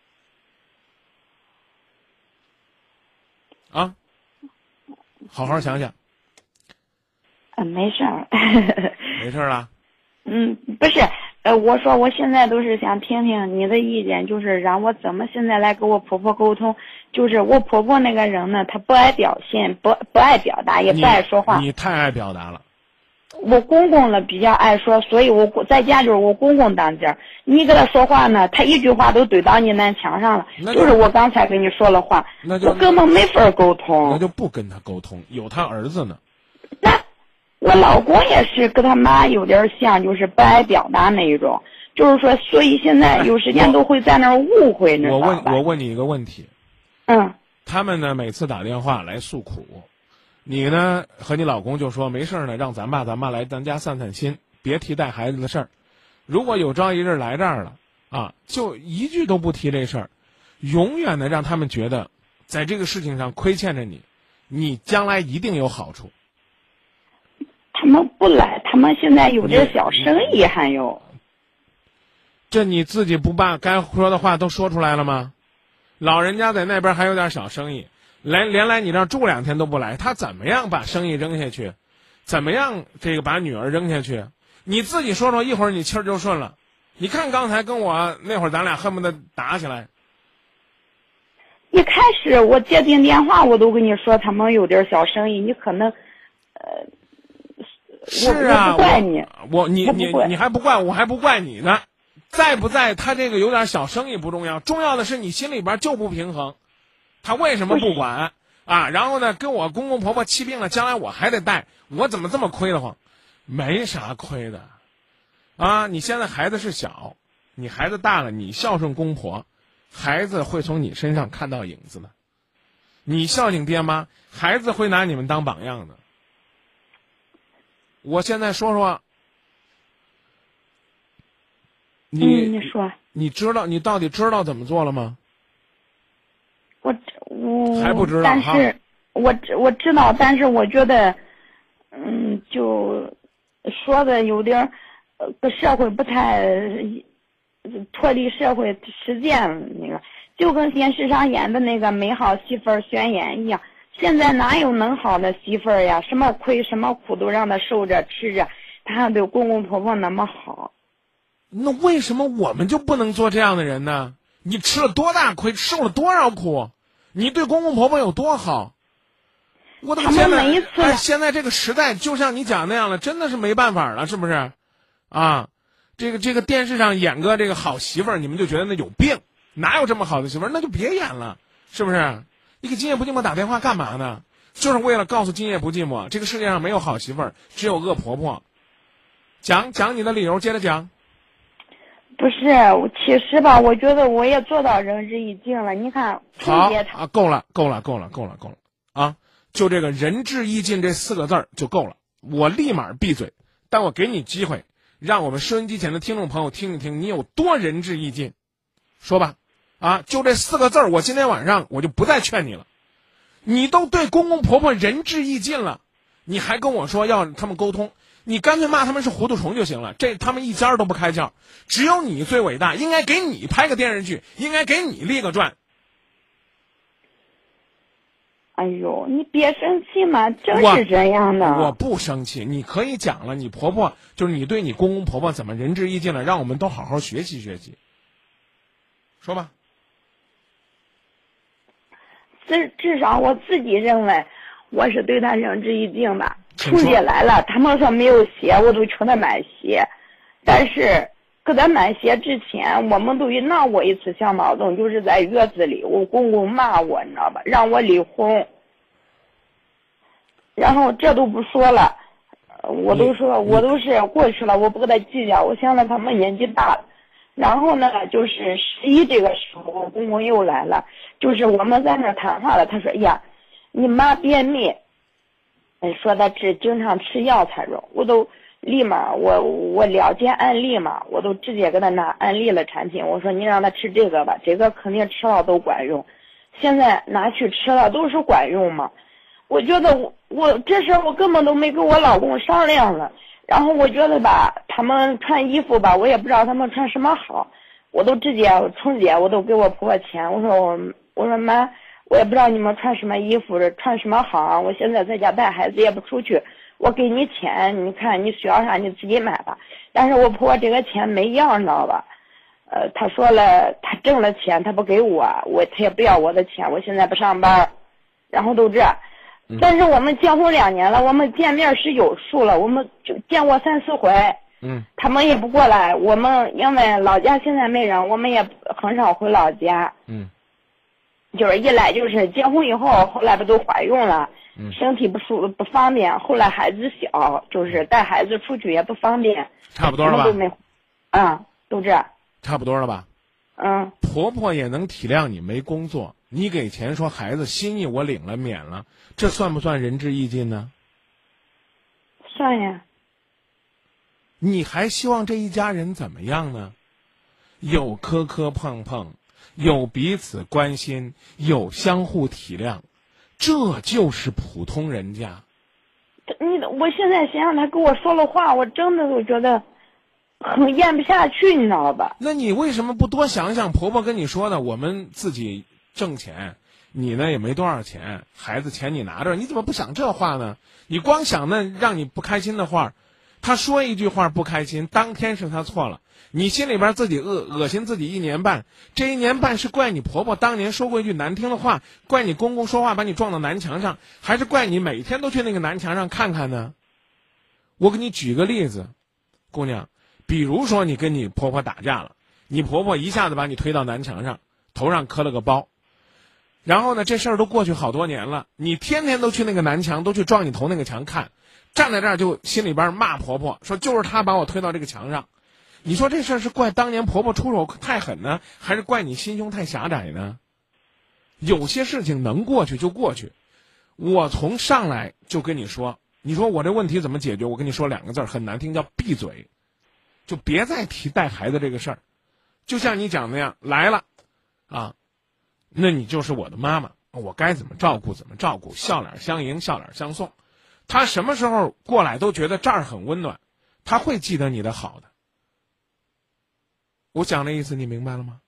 啊，好好想想。 嗯，没事儿。 没事儿了。 嗯，不是，呃，我说我现在都是想听听你的意见，就是让我怎么现在来跟我婆婆沟通。就是我婆婆那个人呢，她不爱表现，不不爱表达，也不爱说话。 你, 你太爱表达了。 我公公呢比较爱说，所以我在家就是我公公当家。你跟他说话呢，他一句话都怼到你那墙上了。就, 就是我刚才跟你说了话， 那就我根本没法沟通。 那就不跟他沟通，有他儿子呢。 那我老公也是跟他妈有点像，就是不爱表达那一种。就是说，所以现在有时间都会在那儿误会，你知道吧？ 我问我问你一个问题。 嗯。 他们呢每次打电话来诉苦。你呢和你老公就说没事呢，让咱爸咱妈来咱家散散心，别提带孩子的事儿。如果有朝一日来这儿了啊，就一句都不提这事儿，永远的让他们觉得在这个事情上亏欠着你，你将来一定有好处。 他们不来，他们现在有点小生意，还有。 这你自己不把该说的话都说出来了吗？老人家在那边还有点小生意。连连来你这儿住两天都不来，他怎么样把生意扔下去？怎么样这个把女儿扔下去？你自己说说，一会儿你气儿就顺了。你看刚才跟我那会儿，咱俩恨不得打起来。 一开始我接听电话，我都跟你说他们有点小生意，你可能，呃， 是啊， 我不怪你， 我, 我你你你还不怪我，还不怪你呢。在不在他这个有点小生意不重要，重要的是你心里边就不平衡。他为什么不管啊？然后呢，跟我公公婆婆气病了，将来我还得带，我怎么这么亏得慌？没啥亏的，啊！你现在孩子是小，你孩子大了，你孝顺公婆，孩子会从你身上看到影子的。你孝敬爹妈，孩子会拿你们当榜样的。我现在说说，你、 嗯、你说， 你知道你到底知道怎么做了吗？ 我我还不知道， 但是我我知道，但是我觉得，嗯，就说的有点儿，呃，跟社会不太脱离社会实践那个，就跟电视上演的那个美好媳妇儿宣言一样。现在哪有能好的媳妇儿呀？什么亏什么苦都让她受着吃着，她还对公公婆婆那么好。 那为什么我们就不能做这样的人呢？你吃了多大亏，受了多少苦，你对公公婆婆有多好？我的天哪！哎，现在这个时代就像你讲那样了，真的是没办法了，是不是？啊，这个这个电视上演个这个好媳妇儿，你们就觉得那有病，哪有这么好的媳妇儿？那就别演了，是不是？你给今夜不寂寞打电话干嘛呢？就是为了告诉今夜不寂寞，这个世界上没有好媳妇儿，只有恶婆婆。讲讲你的理由，接着讲。 不是，其实吧，我觉得我也做到仁至义尽了。你看， 好啊，够了，够了，够了，够了，够了啊！就这个仁至义尽这四个字儿就够了，我立马闭嘴。但我给你机会，让我们收音机前的听众朋友听一听，你有多仁至义尽。说吧，啊，就这四个字儿，我今天晚上我就不再劝你了。你都对公公婆婆仁至义尽了，你还跟我说要他们沟通？你干脆骂他们是糊涂虫就行了，这他们一家都不开窍，只有你最伟大，应该给你拍个电视剧，应该给你立个传。 哎呦，你别生气嘛，真是这样的。 我, 我不生气，你可以讲了，你婆婆就是你对你公公婆婆怎么仁至义尽了，让我们都好好学习学习。说吧。 至至少我自己认为我是对他仁至义尽的。春节来了，他们说没有鞋，我都请他买鞋。但是给他买鞋之前，我们都遇闹过一次小矛盾，就是在月子里，我公公骂我，你知道吧，让我离婚。然后这都不说了，我都说我都是过去了，我不跟他计较。我现在他们年纪大了，然后呢，就是十一这个时候，我公公又来了，就是我们在那谈话了。他说：“哎呀，你妈便秘，说他吃经常吃药才中。”我都立马我我了解案例嘛，我都直接给他拿案例了产品。我说你让他吃这个吧，这个肯定吃了都管用。现在拿去吃了都是管用嘛。我觉得我我这事我根本都没跟我老公商量了。然后我觉得吧，他们穿衣服吧，我也不知道他们穿什么好，我都直接春节我都给我婆婆钱。我说我我说妈，我也不知道你们穿什么衣服，穿什么好啊。我现在在家带孩子也不出去，我给你钱，你看你需要啥你自己买吧。但是我婆婆这个钱没要，你知道吧？呃，她说了，她挣了钱，她不给我，我她也不要我的钱。我现在不上班，然后都这。但是我们结婚两年了，我们见面是有数了，我们就见过三四回。 嗯， 他们也不过来，我们因为老家现在没人，我们也很少回老家。 嗯， 就是一来就是结婚以后，后来不都怀孕了， 嗯， 身体不舒不方便，后来孩子小，就是带孩子出去也不方便。 差不多了吧？ 都没，啊、嗯，都这。 差不多了吧？ 嗯。 婆婆也能体谅你没工作，你给钱说孩子心意我领了免了，这算不算仁至义尽呢？ 算呀。 你还希望这一家人怎么样呢？有磕磕碰碰，有彼此关心，有相互体谅，这就是普通人家。 你我现在想想他跟我说了话，我真的都觉得很咽不下去，你知道吧？ 那你为什么不多想想婆婆跟你说的？我们自己挣钱，你呢也没多少钱，孩子钱你拿着，你怎么不想这话呢？你光想那让你不开心的话，他说一句话不开心，当天是他错了，你心里边自己恶恶心自己一年半，这一年半是怪你婆婆当年说过一句难听的话，怪你公公说话把你撞到南墙上，还是怪你每天都去那个南墙上看看呢？我给你举个例子，姑娘，比如说你跟你婆婆打架了，你婆婆一下子把你推到南墙上，头上磕了个包，然后呢这事儿都过去好多年了，你天天都去那个南墙，都去撞你头那个墙看，站在这儿就心里边骂婆婆，说就是她把我推到这个墙上。你说这事儿是怪当年婆婆出手太狠呢，还是怪你心胸太狭窄呢？有些事情能过去就过去。我从上来就跟你说，你说我这问题怎么解决？我跟你说两个字很难听，叫闭嘴，就别再提带孩子这个事儿。就像你讲那样来了啊，那你就是我的妈妈，我该怎么照顾怎么照顾，笑脸相迎，笑脸相送。他什么时候过来都觉得这儿很温暖，他会记得你的好的。我讲的意思你明白了吗？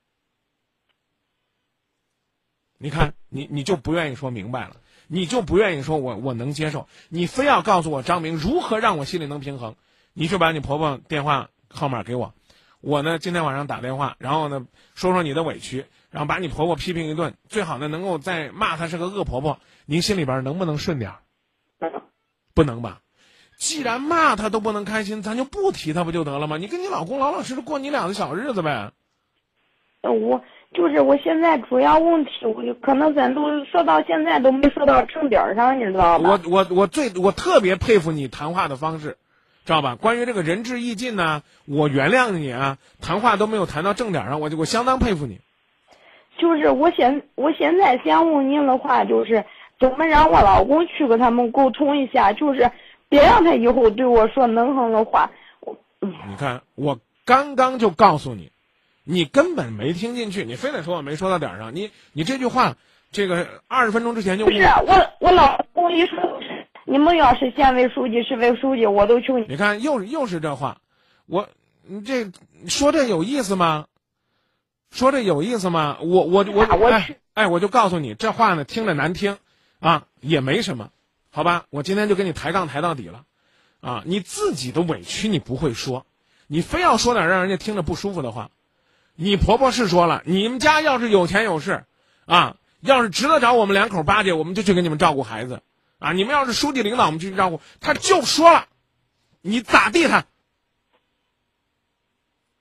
你看你你就不愿意说明白了，你就不愿意说我我能接受，你非要告诉我张明如何让我心里能平衡。你去把你婆婆电话号码给我，我呢今天晚上打电话，然后呢说说你的委屈，然后把你婆婆批评一顿，最好呢能够再骂她是个恶婆婆，您心里边能不能顺点？不能吧？既然骂她都不能开心，咱就不提她不就得了吗？你跟你老公老老实实过你俩的小日子呗。 我就是我现在主要问题，我就可能咱都说到现在都没说到正点上，你知道吧？ 我我我最我特别佩服你谈话的方式，知道吧？关于这个仁至义尽呢，我原谅你啊，谈话都没有谈到正点上，我就我相当佩服你。 就是我现我现在想问您的话，就是怎么让我老公去跟他们沟通一下，就是别让他以后对我说能横的话。 你看，我刚刚就告诉你，你根本没听进去，你非得说我没说到点上。你你这句话，这个二十分钟之前就不是我我老公一说，你们要是县委书记、市委书记，我都求你。 你看，又又是这话，我你这说这有意思吗？说这有意思吗？我我我我哎哎，我就告诉你，这话呢听着难听啊，也没什么，好吧？我今天就跟你抬杠抬到底了，啊，你自己的委屈你不会说，你非要说点让人家听着不舒服的话。你婆婆是说了，你们家要是有钱有势，啊，要是值得找我们两口巴结，我们就去给你们照顾孩子，啊，你们要是书记领导，我们去照顾。他就说了，你咋地他？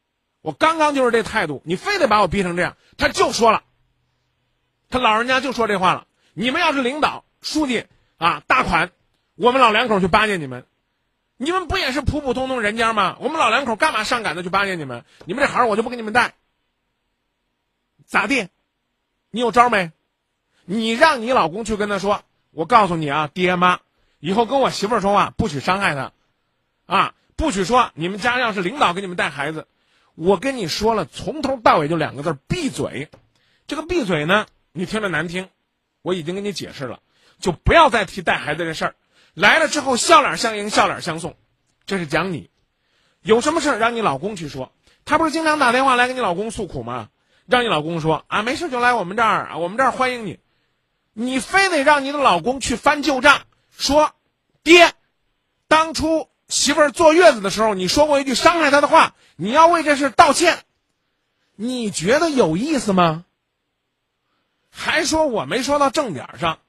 我刚刚就是这态度，你非得把我逼成这样。他就说了，他老人家就说这话了，你们要是领导书记啊大款，我们老两口去巴结你们，你们不也是普普通通人家吗？我们老两口干嘛上赶着去巴结你们？你们这孩儿我就不给你们带，咋地？你有招没？你让你老公去跟他说，我告诉你啊，爹妈以后跟我媳妇儿说话不许伤害她啊，不许说你们家要是领导给你们带孩子，我跟你说了，从头到尾就两个字，闭嘴。这个闭嘴呢，你听着难听，我已经跟你解释了，就不要再提带孩子这事儿。来了之后笑脸相迎，笑脸相送，这是讲你。有什么事儿让你老公去说，他不是经常打电话来跟你老公诉苦吗？让你老公说啊，没事就来我们这儿啊，我们这儿欢迎你。你非得让你的老公去翻旧账，说爹，当初媳妇儿坐月子的时候，你说过一句伤害她的话，你要为这事道歉，你觉得有意思吗？还说我没说到正点上。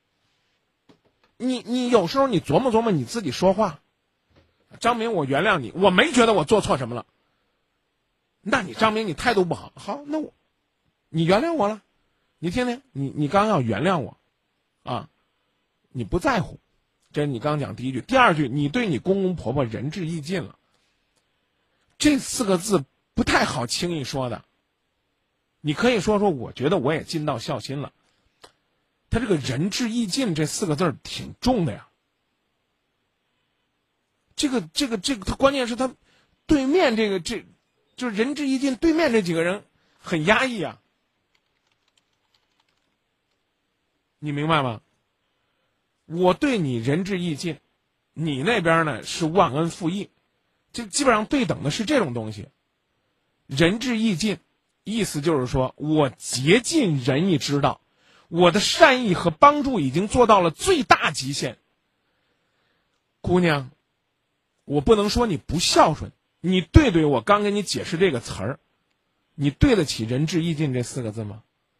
你你有时候你琢磨琢磨你自己说话。张明，我原谅你，我没觉得我做错什么了。那你张明，你态度不好，好，那我你原谅我了，你听听，你你刚要原谅我啊，你不在乎，这是你刚讲第一句。第二句，你对你公公婆婆仁至义尽了，这四个字不太好轻易说的。你可以说说我觉得我也尽到孝心了，他这个仁至义尽这四个字挺重的呀。这个这个这个他关键是他对面这个这就是仁至义尽，对面这几个人很压抑啊，你明白吗？我对你仁至义尽，你那边呢是忘恩负义，这基本上对等的是这种东西。仁至义尽意思就是说我竭尽仁义之道，我的善意和帮助已经做到了最大极限。姑娘，我不能说你不孝顺，你对对我刚跟你解释这个词儿，你对得起仁至义尽这四个字吗？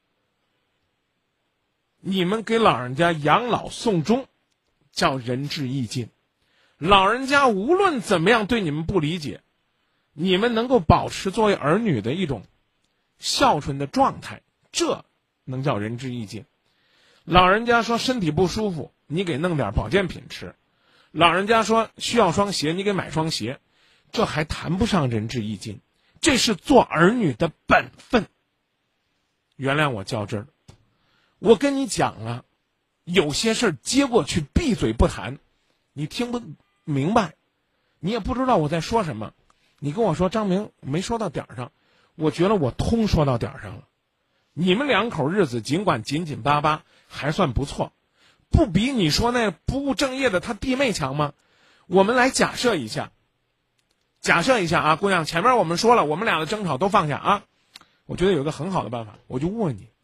你们给老人家养老送终叫仁至义尽，老人家无论怎么样对你们不理解，你们能够保持作为儿女的一种孝顺的状态，这能叫仁至义尽。老人家说身体不舒服，你给弄点保健品吃，老人家说需要双鞋，你给买双鞋，这还谈不上仁至义尽，这是做儿女的本分。原谅我较真儿，我跟你讲了，有些事儿接过去闭嘴不谈，你听不明白，你也不知道我在说什么，你跟我说张明没说到点儿上，我觉得我通说到点儿上了。你们两口日子尽管紧紧巴巴还算不错，不比你说那不务正业的他弟妹强吗？我们来假设一下，假设一下啊，姑娘，前面我们说了，我们俩的争吵都放下啊。我觉得有一个很好的办法，我就问你，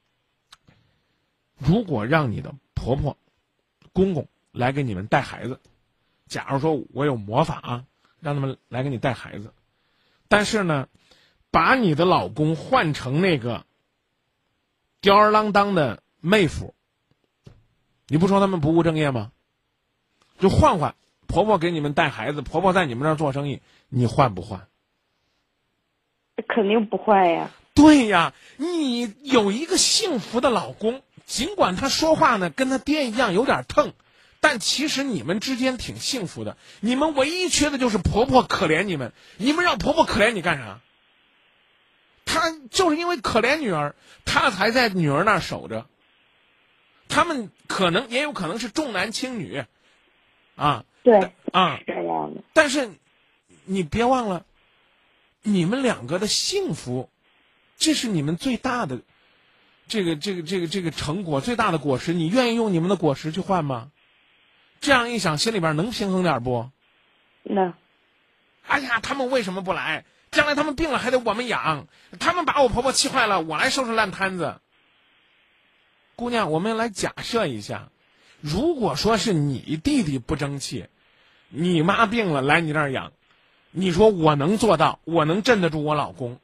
如果让你的婆婆、公公来给你们带孩子，假如说我有魔法啊，让他们来给你带孩子，但是呢，把你的老公换成那个吊儿郎当的妹夫，你不说他们不务正业吗？就换换，婆婆给你们带孩子，婆婆在你们这儿做生意，你换不换？ 肯定不换呀。 对呀，你有一个幸福的老公，尽管他说话呢跟他爹一样有点疼，但其实你们之间挺幸福的。你们唯一缺的就是婆婆可怜你们，你们让婆婆可怜你干啥？她就是因为可怜女儿，她才在女儿那儿守着。他们可能也有可能是重男轻女，啊， 对啊， 这样的。 但是你别忘了，你们两个的幸福，这是你们最大的这个这个这个这个成果，最大的果实。你愿意用你们的果实去换吗？这样一想，心里边能平衡点不？ 那， 哎呀，他们为什么不来？将来他们病了还得我们养，他们把我婆婆气坏了，我来收拾烂摊子。姑娘，我们来假设一下，如果说是你弟弟不争气，你妈病了来你这儿养，你说我能做到，我能镇得住我老公？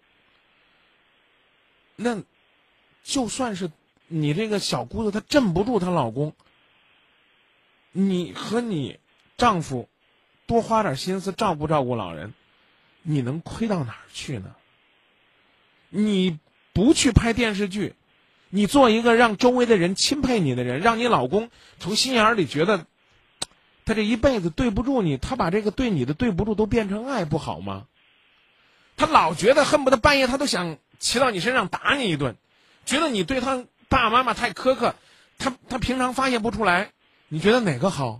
那就算是你这个小姑子她镇不住她老公，你和你丈夫多花点心思照顾照顾老人，你能亏到哪儿去呢？ 你不去拍电视剧，你做一个让周围的人钦佩你的人，让你老公从心眼里觉得他这一辈子对不住你，他把这个对你的对不住都变成爱，不好吗？他老觉得恨不得半夜他都想骑到你身上打你一顿，觉得你对他爸爸妈妈太苛刻，他他平常发泄不出来，你觉得哪个好？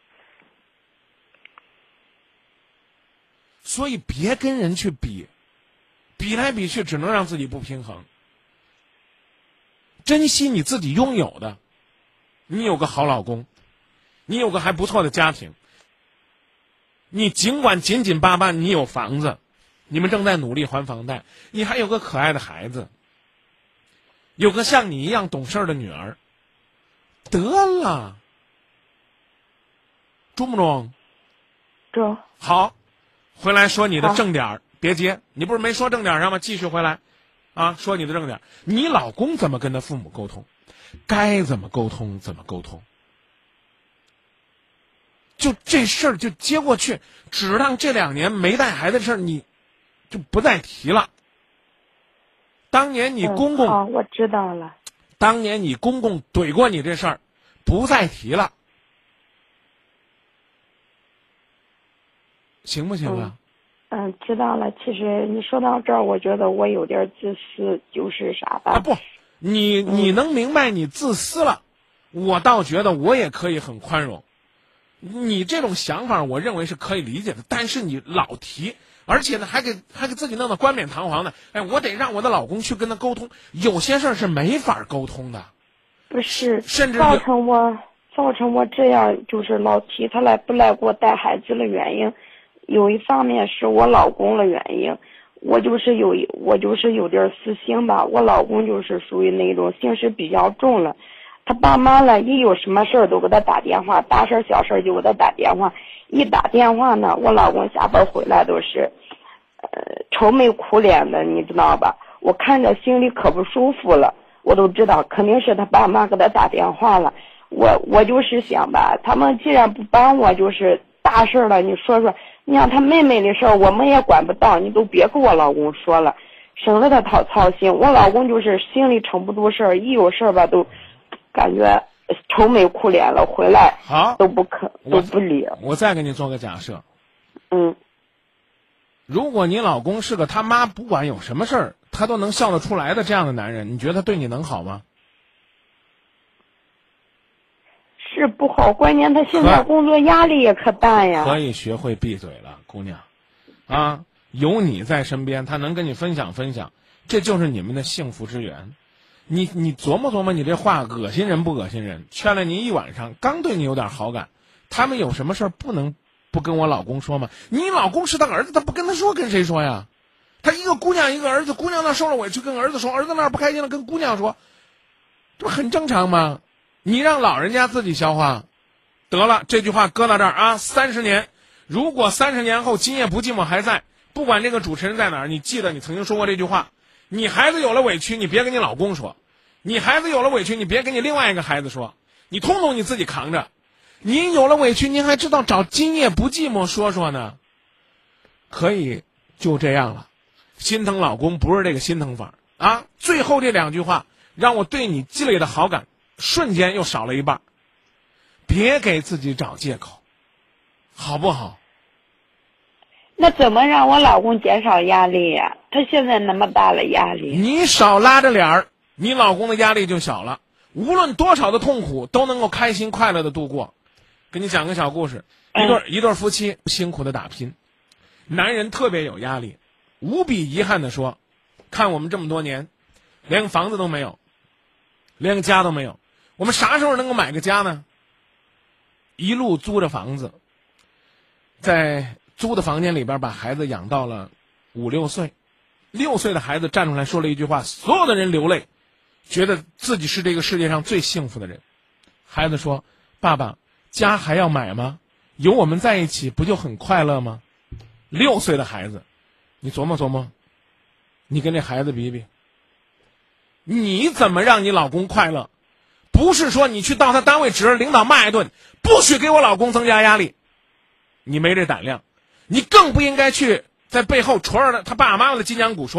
所以别跟人去比，比来比去只能让自己不平衡。珍惜你自己拥有的，你有个好老公，你有个还不错的家庭，你尽管紧紧巴巴，你有房子，你们正在努力还房贷，你还有个可爱的孩子，有个像你一样懂事的女儿，得了，中不中？ 中。 好，回来说你的正点儿，别接。你不是没说正点上吗？继续回来，啊，说你的正点。你老公怎么跟他父母沟通？该怎么沟通怎么沟通。就这事儿就接过去，只让这两年没带孩子的事儿你就不再提了。当年你公公， 嗯、好，我知道了。 当年你公公怼过你这事儿，不再提了，行不行啊？ 嗯, 嗯，知道了。其实你说到这儿，我觉得我有点自私，就是啥吧？ 啊不，你你能明白你自私了，嗯、我倒觉得我也可以很宽容。你这种想法，我认为是可以理解的，但是你老提。而且呢，还给还给自己弄得冠冕堂皇的。哎，我得让我的老公去跟他沟通，有些事儿是没法沟通的。 不是， 甚至造成我造成我这样就是老提他来不来给我带孩子的原因，有一方面是我老公的原因。我就是有我就是有点私心吧，我老公就是属于那种性事比较重了。他爸妈了，一有什么事儿都给他打电话，大事小事就给他打电话。一打电话呢，我老公下班回来都是，呃，愁眉苦脸的，你知道吧？我看着心里可不舒服了。我都知道肯定是他爸妈给他打电话了。我我就是想吧，他们既然不帮我，就是大事了，你说说，你像他妹妹的事儿，我们也管不到，你都别跟我老公说了，省得他操操心。我老公就是心里撑不住事儿，一有事儿吧都感觉愁眉苦脸了，回来好都不肯都不理。 我再给你做个假设， 嗯， 如果你老公是个他妈不管有什么事儿他都能笑得出来的这样的男人，你觉得他对你能好吗？ 是不好，关键他现在工作压力也可大呀。 可以学会闭嘴了，姑娘，啊，有你在身边，他能跟你分享分享，这就是你们的幸福之源。你你琢磨琢磨，你这话恶心人不恶心人？劝了你一晚上，刚对你有点好感，他们有什么事儿不能不跟我老公说吗？你老公是他儿子，他不跟他说，跟谁说呀？他一个姑娘一个儿子，姑娘那受了委屈跟儿子说，儿子那不开心了跟姑娘说，这不很正常吗？你让老人家自己消化。得了，这句话搁到这儿啊，三十年，如果三十年后今夜不寂寞还在，不管这个主持人在哪儿，你记得你曾经说过这句话。你孩子有了委屈，你别跟你老公说；你孩子有了委屈，你别跟你另外一个孩子说，你通通你自己扛着。你有了委屈，您还知道找今夜不寂寞说说呢？可以就这样了。心疼老公不是这个心疼法啊！最后这两句话让我对你积累的好感瞬间又少了一半。别给自己找借口，好不好？ 那怎么让我老公减少压力呀？他现在那么大的压力， 你少拉着脸儿，你老公的压力就小了。无论多少的痛苦都能够开心快乐的度过。给你讲个小故事，一对、嗯、一对夫妻辛苦的打拼，男人特别有压力，无比遗憾的说，看我们这么多年连房子都没有，连个家都没有，我们啥时候能够买个家呢？一路租着房子，在租的房间里边把孩子养到了五六岁，六岁的孩子站出来说了一句话，所有的人流泪，觉得自己是这个世界上最幸福的人。孩子说，爸爸，家还要买吗？有我们在一起不就很快乐吗？六岁的孩子，你琢磨琢磨，你跟这孩子比比，你怎么让你老公快乐？不是说你去到他单位指着领导骂一顿，不许给我老公增加压力，你没这胆量。你更不应该去在背后戳着他爸爸妈妈的脊梁骨说，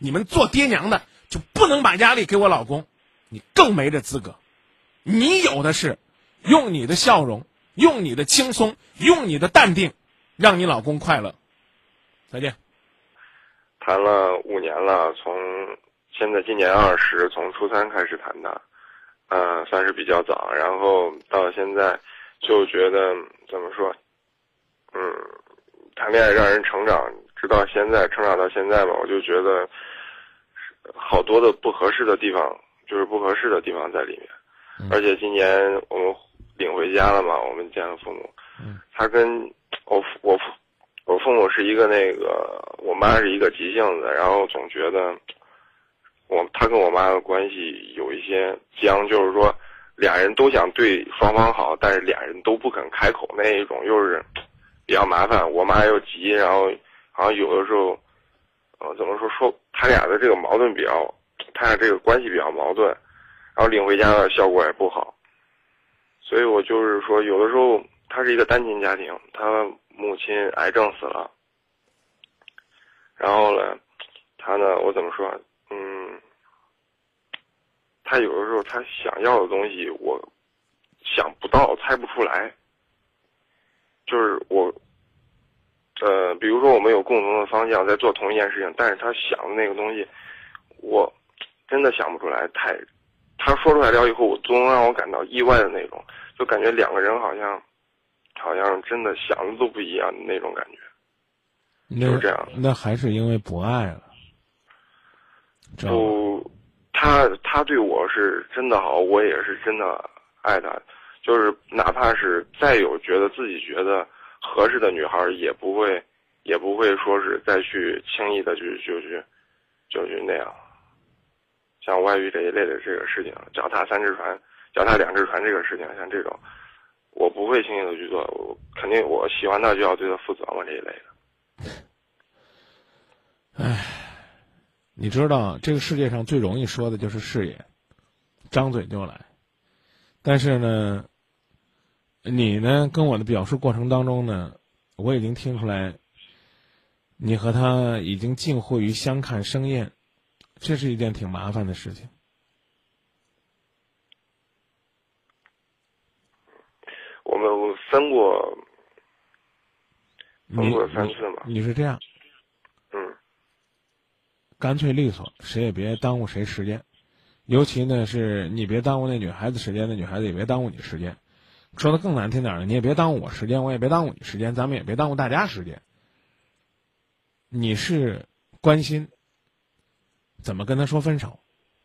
你们做爹娘的就不能把压力给我老公，你更没这资格。你有的是用你的笑容，用你的轻松，用你的淡定，让你老公快乐。再见。 谈了五年了，从现在今年二十，从初三开始谈的，呃，算是比较早。然后到现在就觉得怎么说，嗯，谈恋爱让人成长，直到现在成长到现在吧，我就觉得好多的不合适的地方，就是不合适的地方在里面。 嗯、 而且今年我们领回家了嘛，我们见了父母， 嗯， 他跟我我父。我父母是一个那个，我妈是一个急性子，然后总觉得我他跟我妈的关系有一些僵，就是说俩人都想对双方好，但是俩人都不肯开口那一种，又是比较麻烦。我妈又急，然后好像有的时候，呃，怎么说说他俩的这个矛盾比较，他俩这个关系比较矛盾，然后领回家的效果也不好，所以我就是说，有的时候他是一个单亲家庭，他母亲癌症死了，然后呢，他呢，我怎么说？嗯，他有的时候他想要的东西，我想不到，猜不出来。就是我，呃，比如说我们有共同的方向，在做同一件事情，但是他想的那个东西，我真的想不出来。太，他说出来了以后，我总让我感到意外的那种，就感觉两个人好像。好像真的想的都不一样的那种感觉，就是这样。 那还是因为不爱了。 不，他他对我是真的好，我也是真的爱他。就是哪怕是再有觉得自己觉得合适的女孩，也不会也不会说是再去轻易的去就去就去那样。像外遇这一类的这个事情，脚踏三只船，脚踏两只船这个事情，像这种。我不会轻易的去做，我肯定我喜欢他就要对他负责嘛，这一类的。 唉，你知道这个世界上最容易说的就是事业，张嘴就来。但是呢，你呢跟我的表述过程当中呢，我已经听出来，你和他已经近乎于相看生厌，这是一件挺麻烦的事情。 我们分过，分过三次嘛。 你是这样， 嗯， 干脆利索，谁也别耽误谁时间，尤其呢是你别耽误那女孩子时间，那女孩子也别耽误你时间。说的更难听点儿，你也别耽误我时间，我也别耽误你时间，咱们也别耽误大家时间。你是关心怎么跟他说分手？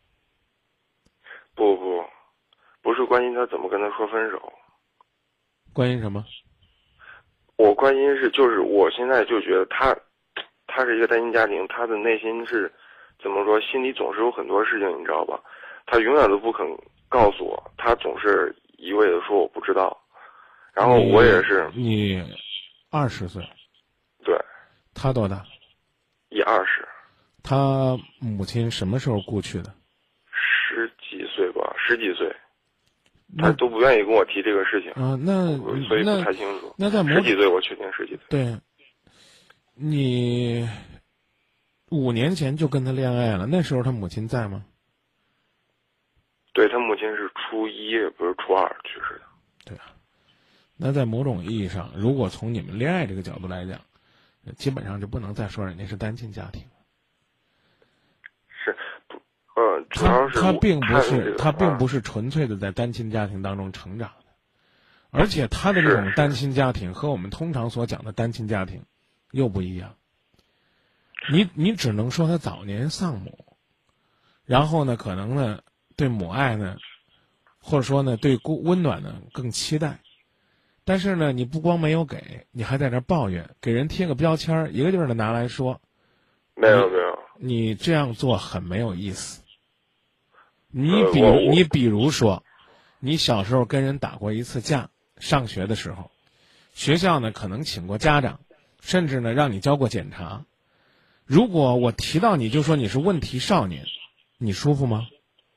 不不，不是关心他怎么跟他说分手。 关心什么？ 我关心是，就是我现在就觉得他，他是一个单亲家庭，他的内心是，怎么说，心里总是有很多事情，你知道吧？他永远都不肯告诉我，他总是一味的说我不知道。然后我也是。 你二十岁。 对。 他多大？ 一二十。 他母亲什么时候故去的？ 十几岁吧，十几岁。他都不愿意跟我提这个事情啊，那所以不太清楚。 那在十几岁，我确定十几岁。 对，你五年前就跟他恋爱了，那时候他母亲在吗？ 对，他母亲是初一，不是初二去世的。 对啊，那在某种意义上，如果从你们恋爱这个角度来讲，基本上就不能再说人家是单亲家庭。 是。呃，主要是他并不是他并不是是纯粹的在单亲家庭当中成长的，而且他的这种单亲家庭和我们通常所讲的单亲家庭又不一样。你你只能说他早年丧母，然后呢，可能呢对母爱呢，或者说呢对温暖呢更期待，但是呢你不光没有给，你还在那抱怨，给人贴个标签，一个劲儿的拿来说， 没有没有， 你这样做很没有意思。你比如你比如说，你小时候跟人打过一次架，上学的时候，学校呢可能请过家长，甚至呢让你交过检查。如果我提到你就说你是问题少年，你舒服吗？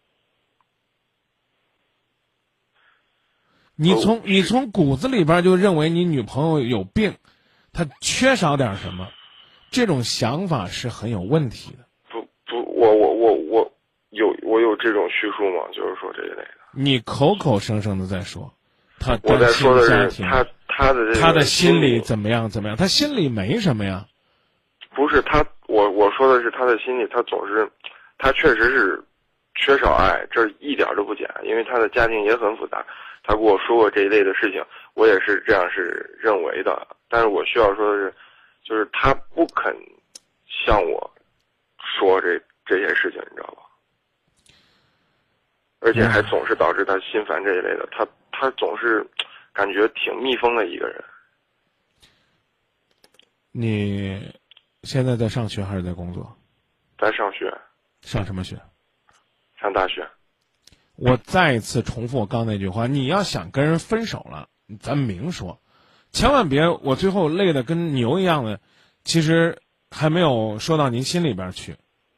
你从你从骨子里边就认为你女朋友有病，她缺少点什么，这种想法是很有问题的。 不不我我我我有我有这种叙述吗？就是说这一类的。 你口口声声的在说，他我在说的家庭是他他的这个他的心里怎么样怎么样？他心里没什么呀。 不是他，我我说的是他的心里，他总是，他确实是缺少爱，这一点都不假，因为他的家庭也很复杂。他跟我说过这一类的事情，我也是这样是认为的。但是我需要说的是，就是他不肯向我说这这些事情，你知道吧？而且还总是导致他心烦这一类的，他他总是感觉挺密封的一个人。 你现在在上学还是在工作？ 在上学。 上什么学？ 上大学。 我再一次重复我刚那句话，你要想跟人分手了，咱明说，千万别我最后累得跟牛一样的，其实还没有说到您心里边去。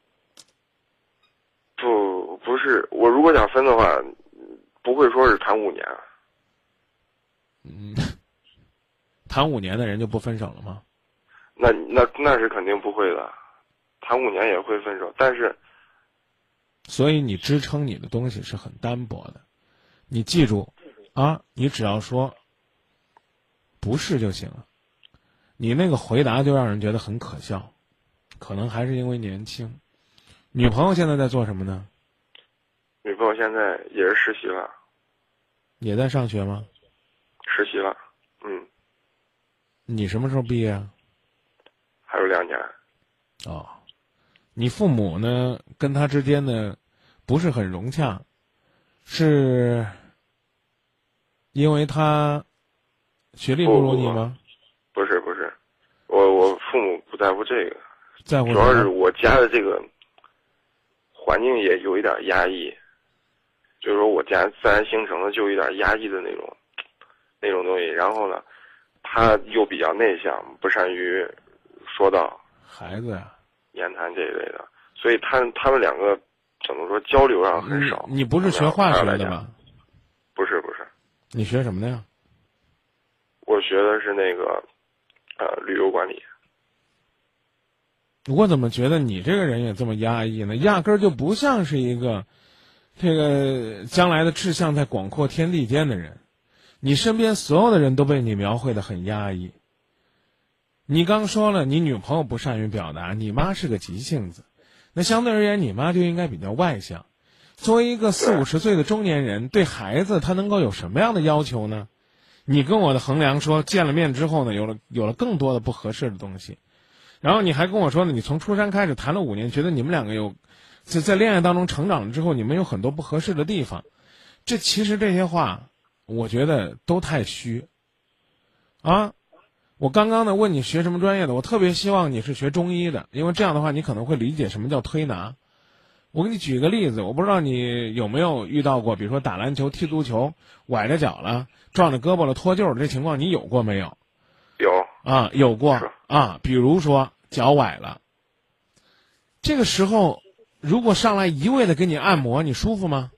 不，不是，我如果想分的话，不会说是谈五年。 嗯，谈五年的人就不分手了吗？ 那那那是肯定不会的，谈五年也会分手，但是。 所以你支撑你的东西是很单薄的，你记住，啊，你只要说不是就行了。你那个回答就让人觉得很可笑，可能还是因为年轻。女朋友现在在做什么呢？ 女朋友现在也是实习了。 也在上学吗？ 实习了，嗯。 你什么时候毕业啊？ 还有两年。 哦。你父母呢，跟他之间呢，不是很融洽，是因为他学历不如你吗？ 不, 不, 不是不是，我我父母不在乎这个， 在乎主要是我家的这个环境也有一点压抑，就是说我家自然形成的就有点压抑的那种那种东西，然后呢，他又比较内向，不善于说道， 孩子呀。 言谈这一类的，所以他他们两个怎么说交流上很少。 你, 你不是学化学的吗？ 不是不是。 你学什么的呀？ 我学的是那个呃旅游管理。 我怎么觉得你这个人也这么压抑呢？压根儿就不像是一个这个将来的志向在广阔天地间的人。你身边所有的人都被你描绘得很压抑。你刚说了，你女朋友不善于表达，你妈是个急性子，那相对而言，你妈就应该比较外向。作为一个四五十岁的中年人，对孩子他能够有什么样的要求呢？你跟我的衡量说，见了面之后呢，有了有了更多的不合适的东西，然后你还跟我说呢，你从初三开始谈了五年，觉得你们两个有在在恋爱当中成长了之后，你们有很多不合适的地方。这其实这些话，我觉得都太虚啊。我刚刚呢问你学什么专业的，我特别希望你是学中医的，因为这样的话你可能会理解什么叫推拿。我给你举个例子，我不知道你有没有遇到过，比如说打篮球、踢足球，崴着脚了、撞着胳膊了、脱臼了，这情况你有过没有？ 有啊，有过啊。比如说脚崴了，这个时候如果上来一味的给你按摩，你舒服吗？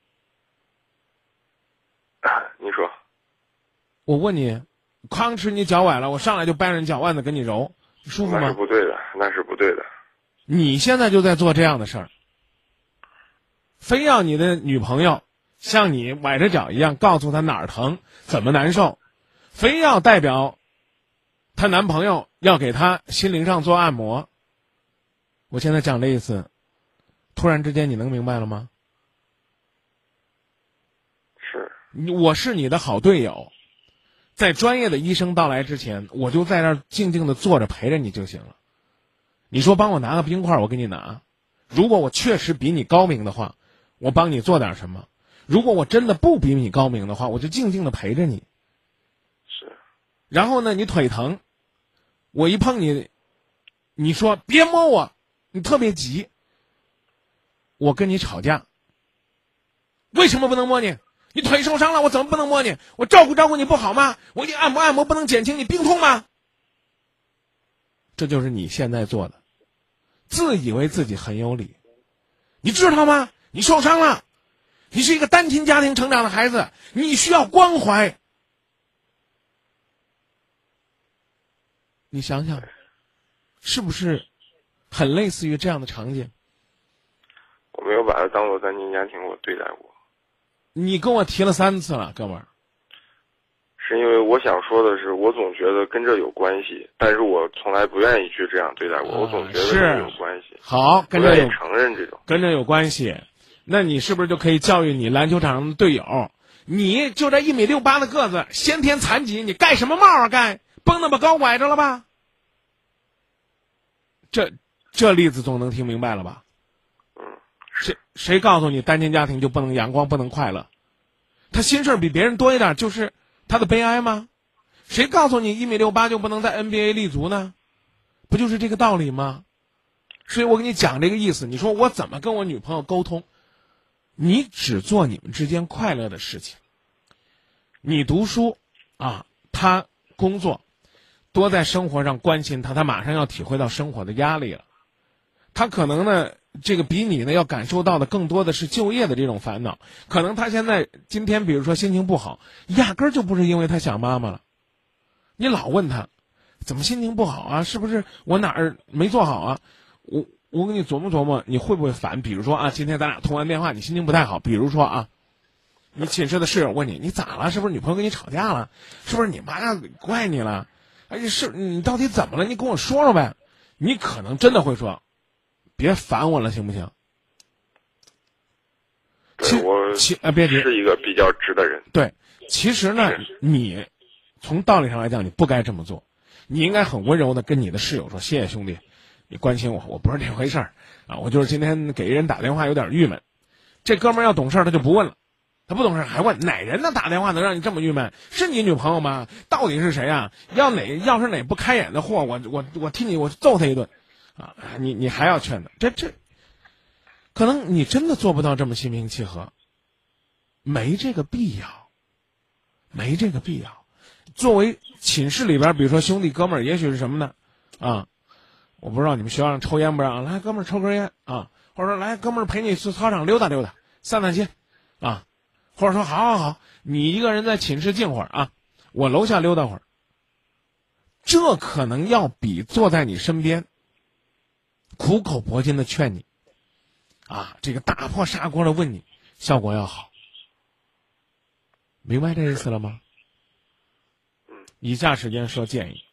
你说。 我问你。吭哧你脚崴了，我上来就掰着你脚腕子给你揉，舒服吗？ 那是不对的，那是不对的。 你现在就在做这样的事儿，非要你的女朋友像你崴着脚一样告诉她哪儿疼怎么难受，非要代表她男朋友要给她心灵上做按摩。我现在讲这一次，突然之间你能明白了吗？ 是。 我是你的好队友，在专业的医生到来之前，我就在那儿静静的坐着陪着你就行了。你说帮我拿个冰块，我给你拿。如果我确实比你高明的话，我帮你做点什么。如果我真的不比你高明的话，我就静静的陪着你。 是。 然后呢，你腿疼，我一碰你，你说别摸我，你特别急，我跟你吵架。为什么不能摸你？你腿受伤了，我怎么不能摸你？我照顾照顾你不好吗？我给你按摩按摩，不能减轻你病痛吗？这就是你现在做的，自以为自己很有理。你知道吗？你受伤了，你是一个单亲家庭成长的孩子，你需要关怀。你想想，是不是很类似于这样的场景？ 我没有把他当做单亲家庭我对待过。 你跟我提了三次了，哥们儿。 是因为我想说的是，我总觉得跟这有关系，但是我从来不愿意去这样对待我， 啊、 我总觉得跟这有关系。 好，跟这有承认这种， 跟这有关系。那你是不是就可以教育你篮球场上的队友？你就这一米六八的个子，先天残疾，你盖什么帽啊？盖蹦那么高，崴着了吧？这这例子总能听明白了吧？ 嗯， 谁谁告诉你单亲家庭就不能阳光，不能快乐？他心事比别人多一点，就是他的悲哀吗？谁告诉你一米六八就不能在 N B A 立足呢？不就是这个道理吗？所以我跟你讲这个意思，你说我怎么跟我女朋友沟通？你只做你们之间快乐的事情。你读书啊，他工作，多在生活上关心他，他马上要体会到生活的压力了。他可能呢，这个比你呢要感受到的更多的是就业的这种烦恼。可能他现在今天比如说心情不好，压根儿就不是因为他想妈妈了。你老问他怎么心情不好啊？是不是我哪儿没做好啊？我我给你琢磨琢磨，你会不会烦？比如说啊，今天咱俩通完电话，你心情不太好。比如说啊，你寝室的室友问你，你咋了？是不是女朋友跟你吵架了？是不是你妈怪你了？哎，是你到底怎么了？你跟我说说呗。你可能真的会说，别烦我了，行不行？ 对，我其啊，别急， 是一个比较直的人。 对，其实呢，你从道理上来讲，你不该这么做。你应该很温柔的跟你的室友说：“谢谢兄弟，你关心我，我不是这回事儿啊，我就是今天给人打电话有点郁闷。”这哥们儿要懂事儿，他就不问了。他不懂事还问哪人呢？打电话能让你这么郁闷？是你女朋友吗？到底是谁啊？要哪要是哪不开眼的货，我我我替你我揍他一顿，啊！你你还要劝他？这这，可能你真的做不到这么心平气和，没这个必要，没这个必要。作为寝室里边，比如说兄弟哥们儿，也许是什么呢？啊，我不知道你们学校上抽烟不让，来哥们儿抽根烟啊，或者说来哥们儿陪你去操场溜达溜达，散散心，啊。或者说，好好好，你一个人在寝室静会儿啊，我楼下溜达会儿。这可能要比坐在你身边，苦口婆心的劝你，啊，这个打破砂锅的问你，效果要好。明白这意思了吗？以下时间说建议。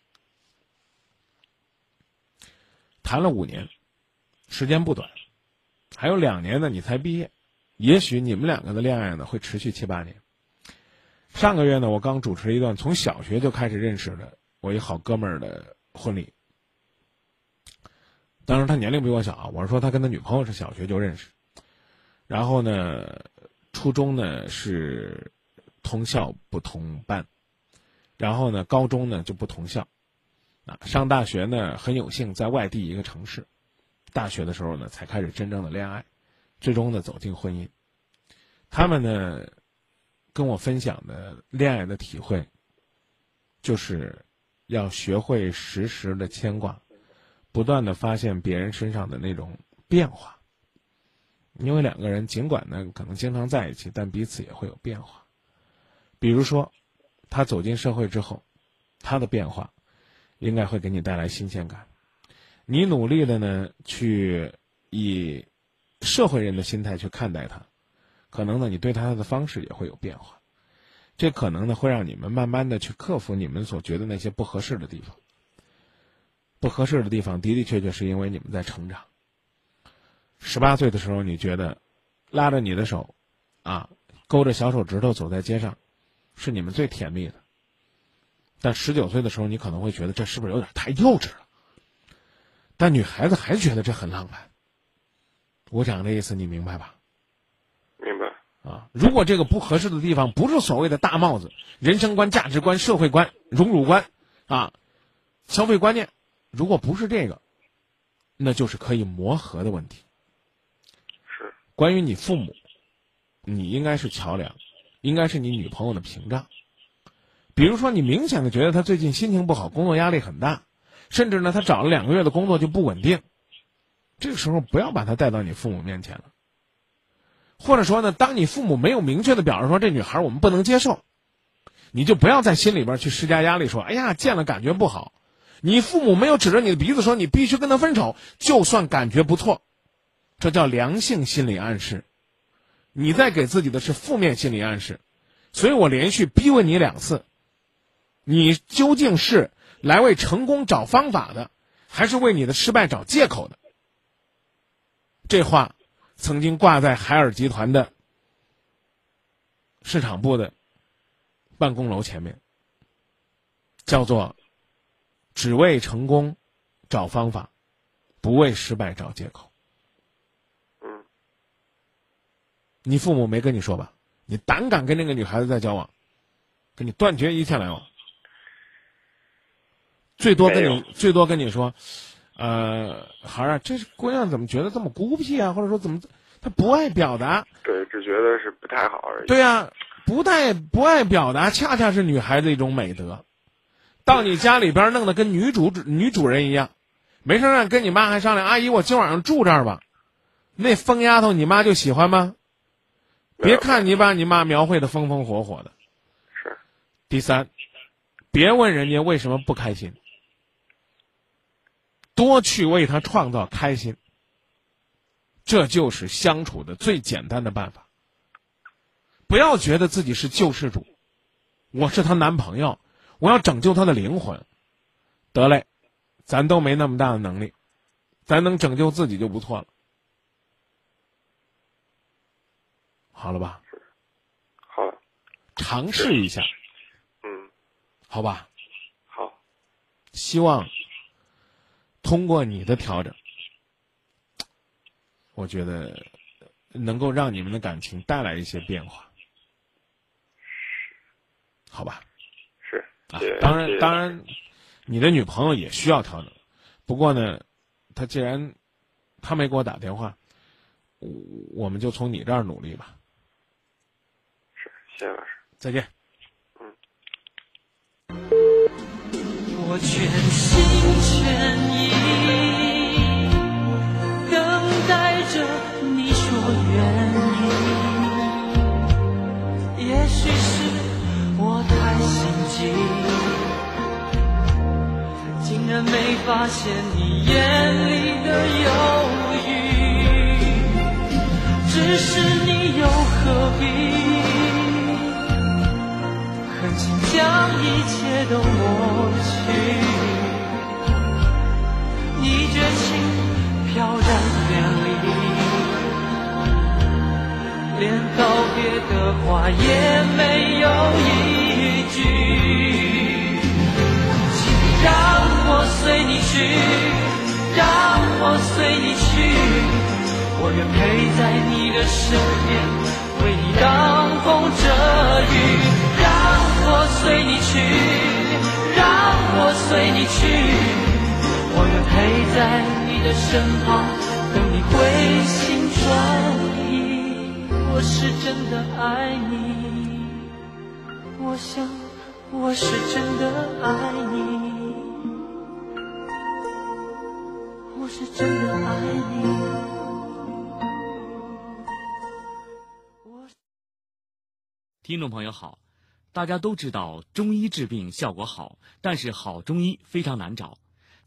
谈了五年，时间不短，还有两年呢，你才毕业。也许你们两个的恋爱呢会持续七八年。上个月呢，我刚主持一段从小学就开始认识的我一好哥们儿的婚礼。当然他年龄比我小啊，我是说他跟他女朋友是小学就认识，然后呢，初中呢是同校不同班，然后呢高中呢就不同校，啊，上大学呢很有幸在外地一个城市，大学的时候呢才开始真正的恋爱。最终呢走进婚姻。他们呢跟我分享的恋爱的体会，就是要学会时时的牵挂，不断的发现别人身上的那种变化。因为两个人尽管呢可能经常在一起，但彼此也会有变化。比如说他走进社会之后，他的变化应该会给你带来新鲜感。你努力的呢去以社会人的心态去看待他，可能呢你对他的方式也会有变化。这可能呢会让你们慢慢的去克服你们所觉得那些不合适的地方。不合适的地方的的确确是因为你们在成长。十八岁的时候你觉得拉着你的手啊，勾着小手指头走在街上是你们最甜蜜的，但十九岁的时候你可能会觉得这是不是有点太幼稚了，但女孩子还觉得这很浪漫。我讲这意思你明白吧？ 明白啊。如果这个不合适的地方不是所谓的大帽子，人生观、价值观、社会观、荣辱观啊、消费观念，如果不是这个，那就是可以磨合的问题。 是关于你父母，你应该是桥梁，应该是你女朋友的屏障。比如说你明显的觉得她最近心情不好，工作压力很大，甚至呢她找了两个月的工作就不稳定，这个时候不要把她带到你父母面前了。或者说呢，当你父母没有明确的表示说这女孩我们不能接受，你就不要在心里边去施加压力说，哎呀见了感觉不好。你父母没有指着你的鼻子说你必须跟她分手，就算感觉不错， 这叫良性心理暗示。你在给自己的是负面心理暗示，所以我连续逼问你两次，你究竟是来为成功找方法的，还是为你的失败找借口的？这话曾经挂在海尔集团的市场部的办公楼前面，叫做只为成功找方法，不为失败找借口。 嗯， 你父母没跟你说吧？你胆敢跟那个女孩子再交往，跟你断绝一切来往，最多跟你最多跟你说，呃，孩儿啊，这姑娘怎么觉得这么孤僻啊？或者说怎么她不爱表达？ 对，只觉得是不太好而已。 对呀、啊，不太不爱表达，恰恰是女孩子一种美德。到你家里边弄得跟女主女主人一样，没事让跟你妈还商量，阿姨，我今晚上住这儿吧。那疯丫头，你妈就喜欢吗？别看你把你妈描绘的风风火火的。 是。 第三，别问人家为什么不开心，多去为他创造开心，这就是相处的最简单的办法。不要觉得自己是救世主，我是她男朋友，我要拯救她的灵魂。得嘞，咱都没那么大的能力，咱能拯救自己就不错了。好了吧？ 好了。 尝试一下。 嗯。 好吧。 好。 希望通过你的调整，我觉得能够让你们的感情带来一些变化。好吧？ 是。 啊，当然，当然，你的女朋友也需要调整。不过呢，她既然她没给我打电话，我们就从你这儿努力吧。 是，谢谢老师。 再见。 嗯。 我全心全意等待着你说愿意，也许是我太心急，竟然没发现你眼里的犹豫，只是你又何必狠心将一切都抹去，你绝情飘然远离，连告别的话也没有一句，请让我随你去，让我随你去，我愿陪在你的身边，为你挡风遮雨，让我随你去，让我随你去，我愿陪在你的身旁，等你回心转意。我是真的爱你，我想我是真的爱你，我是真的爱你。 听众朋友好，大家都知道中医治病效果好，但是好中医非常难找。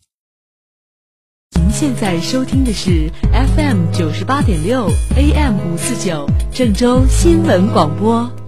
您现在收听的是 F M 九十八点六 A M 五四九郑州新闻广播。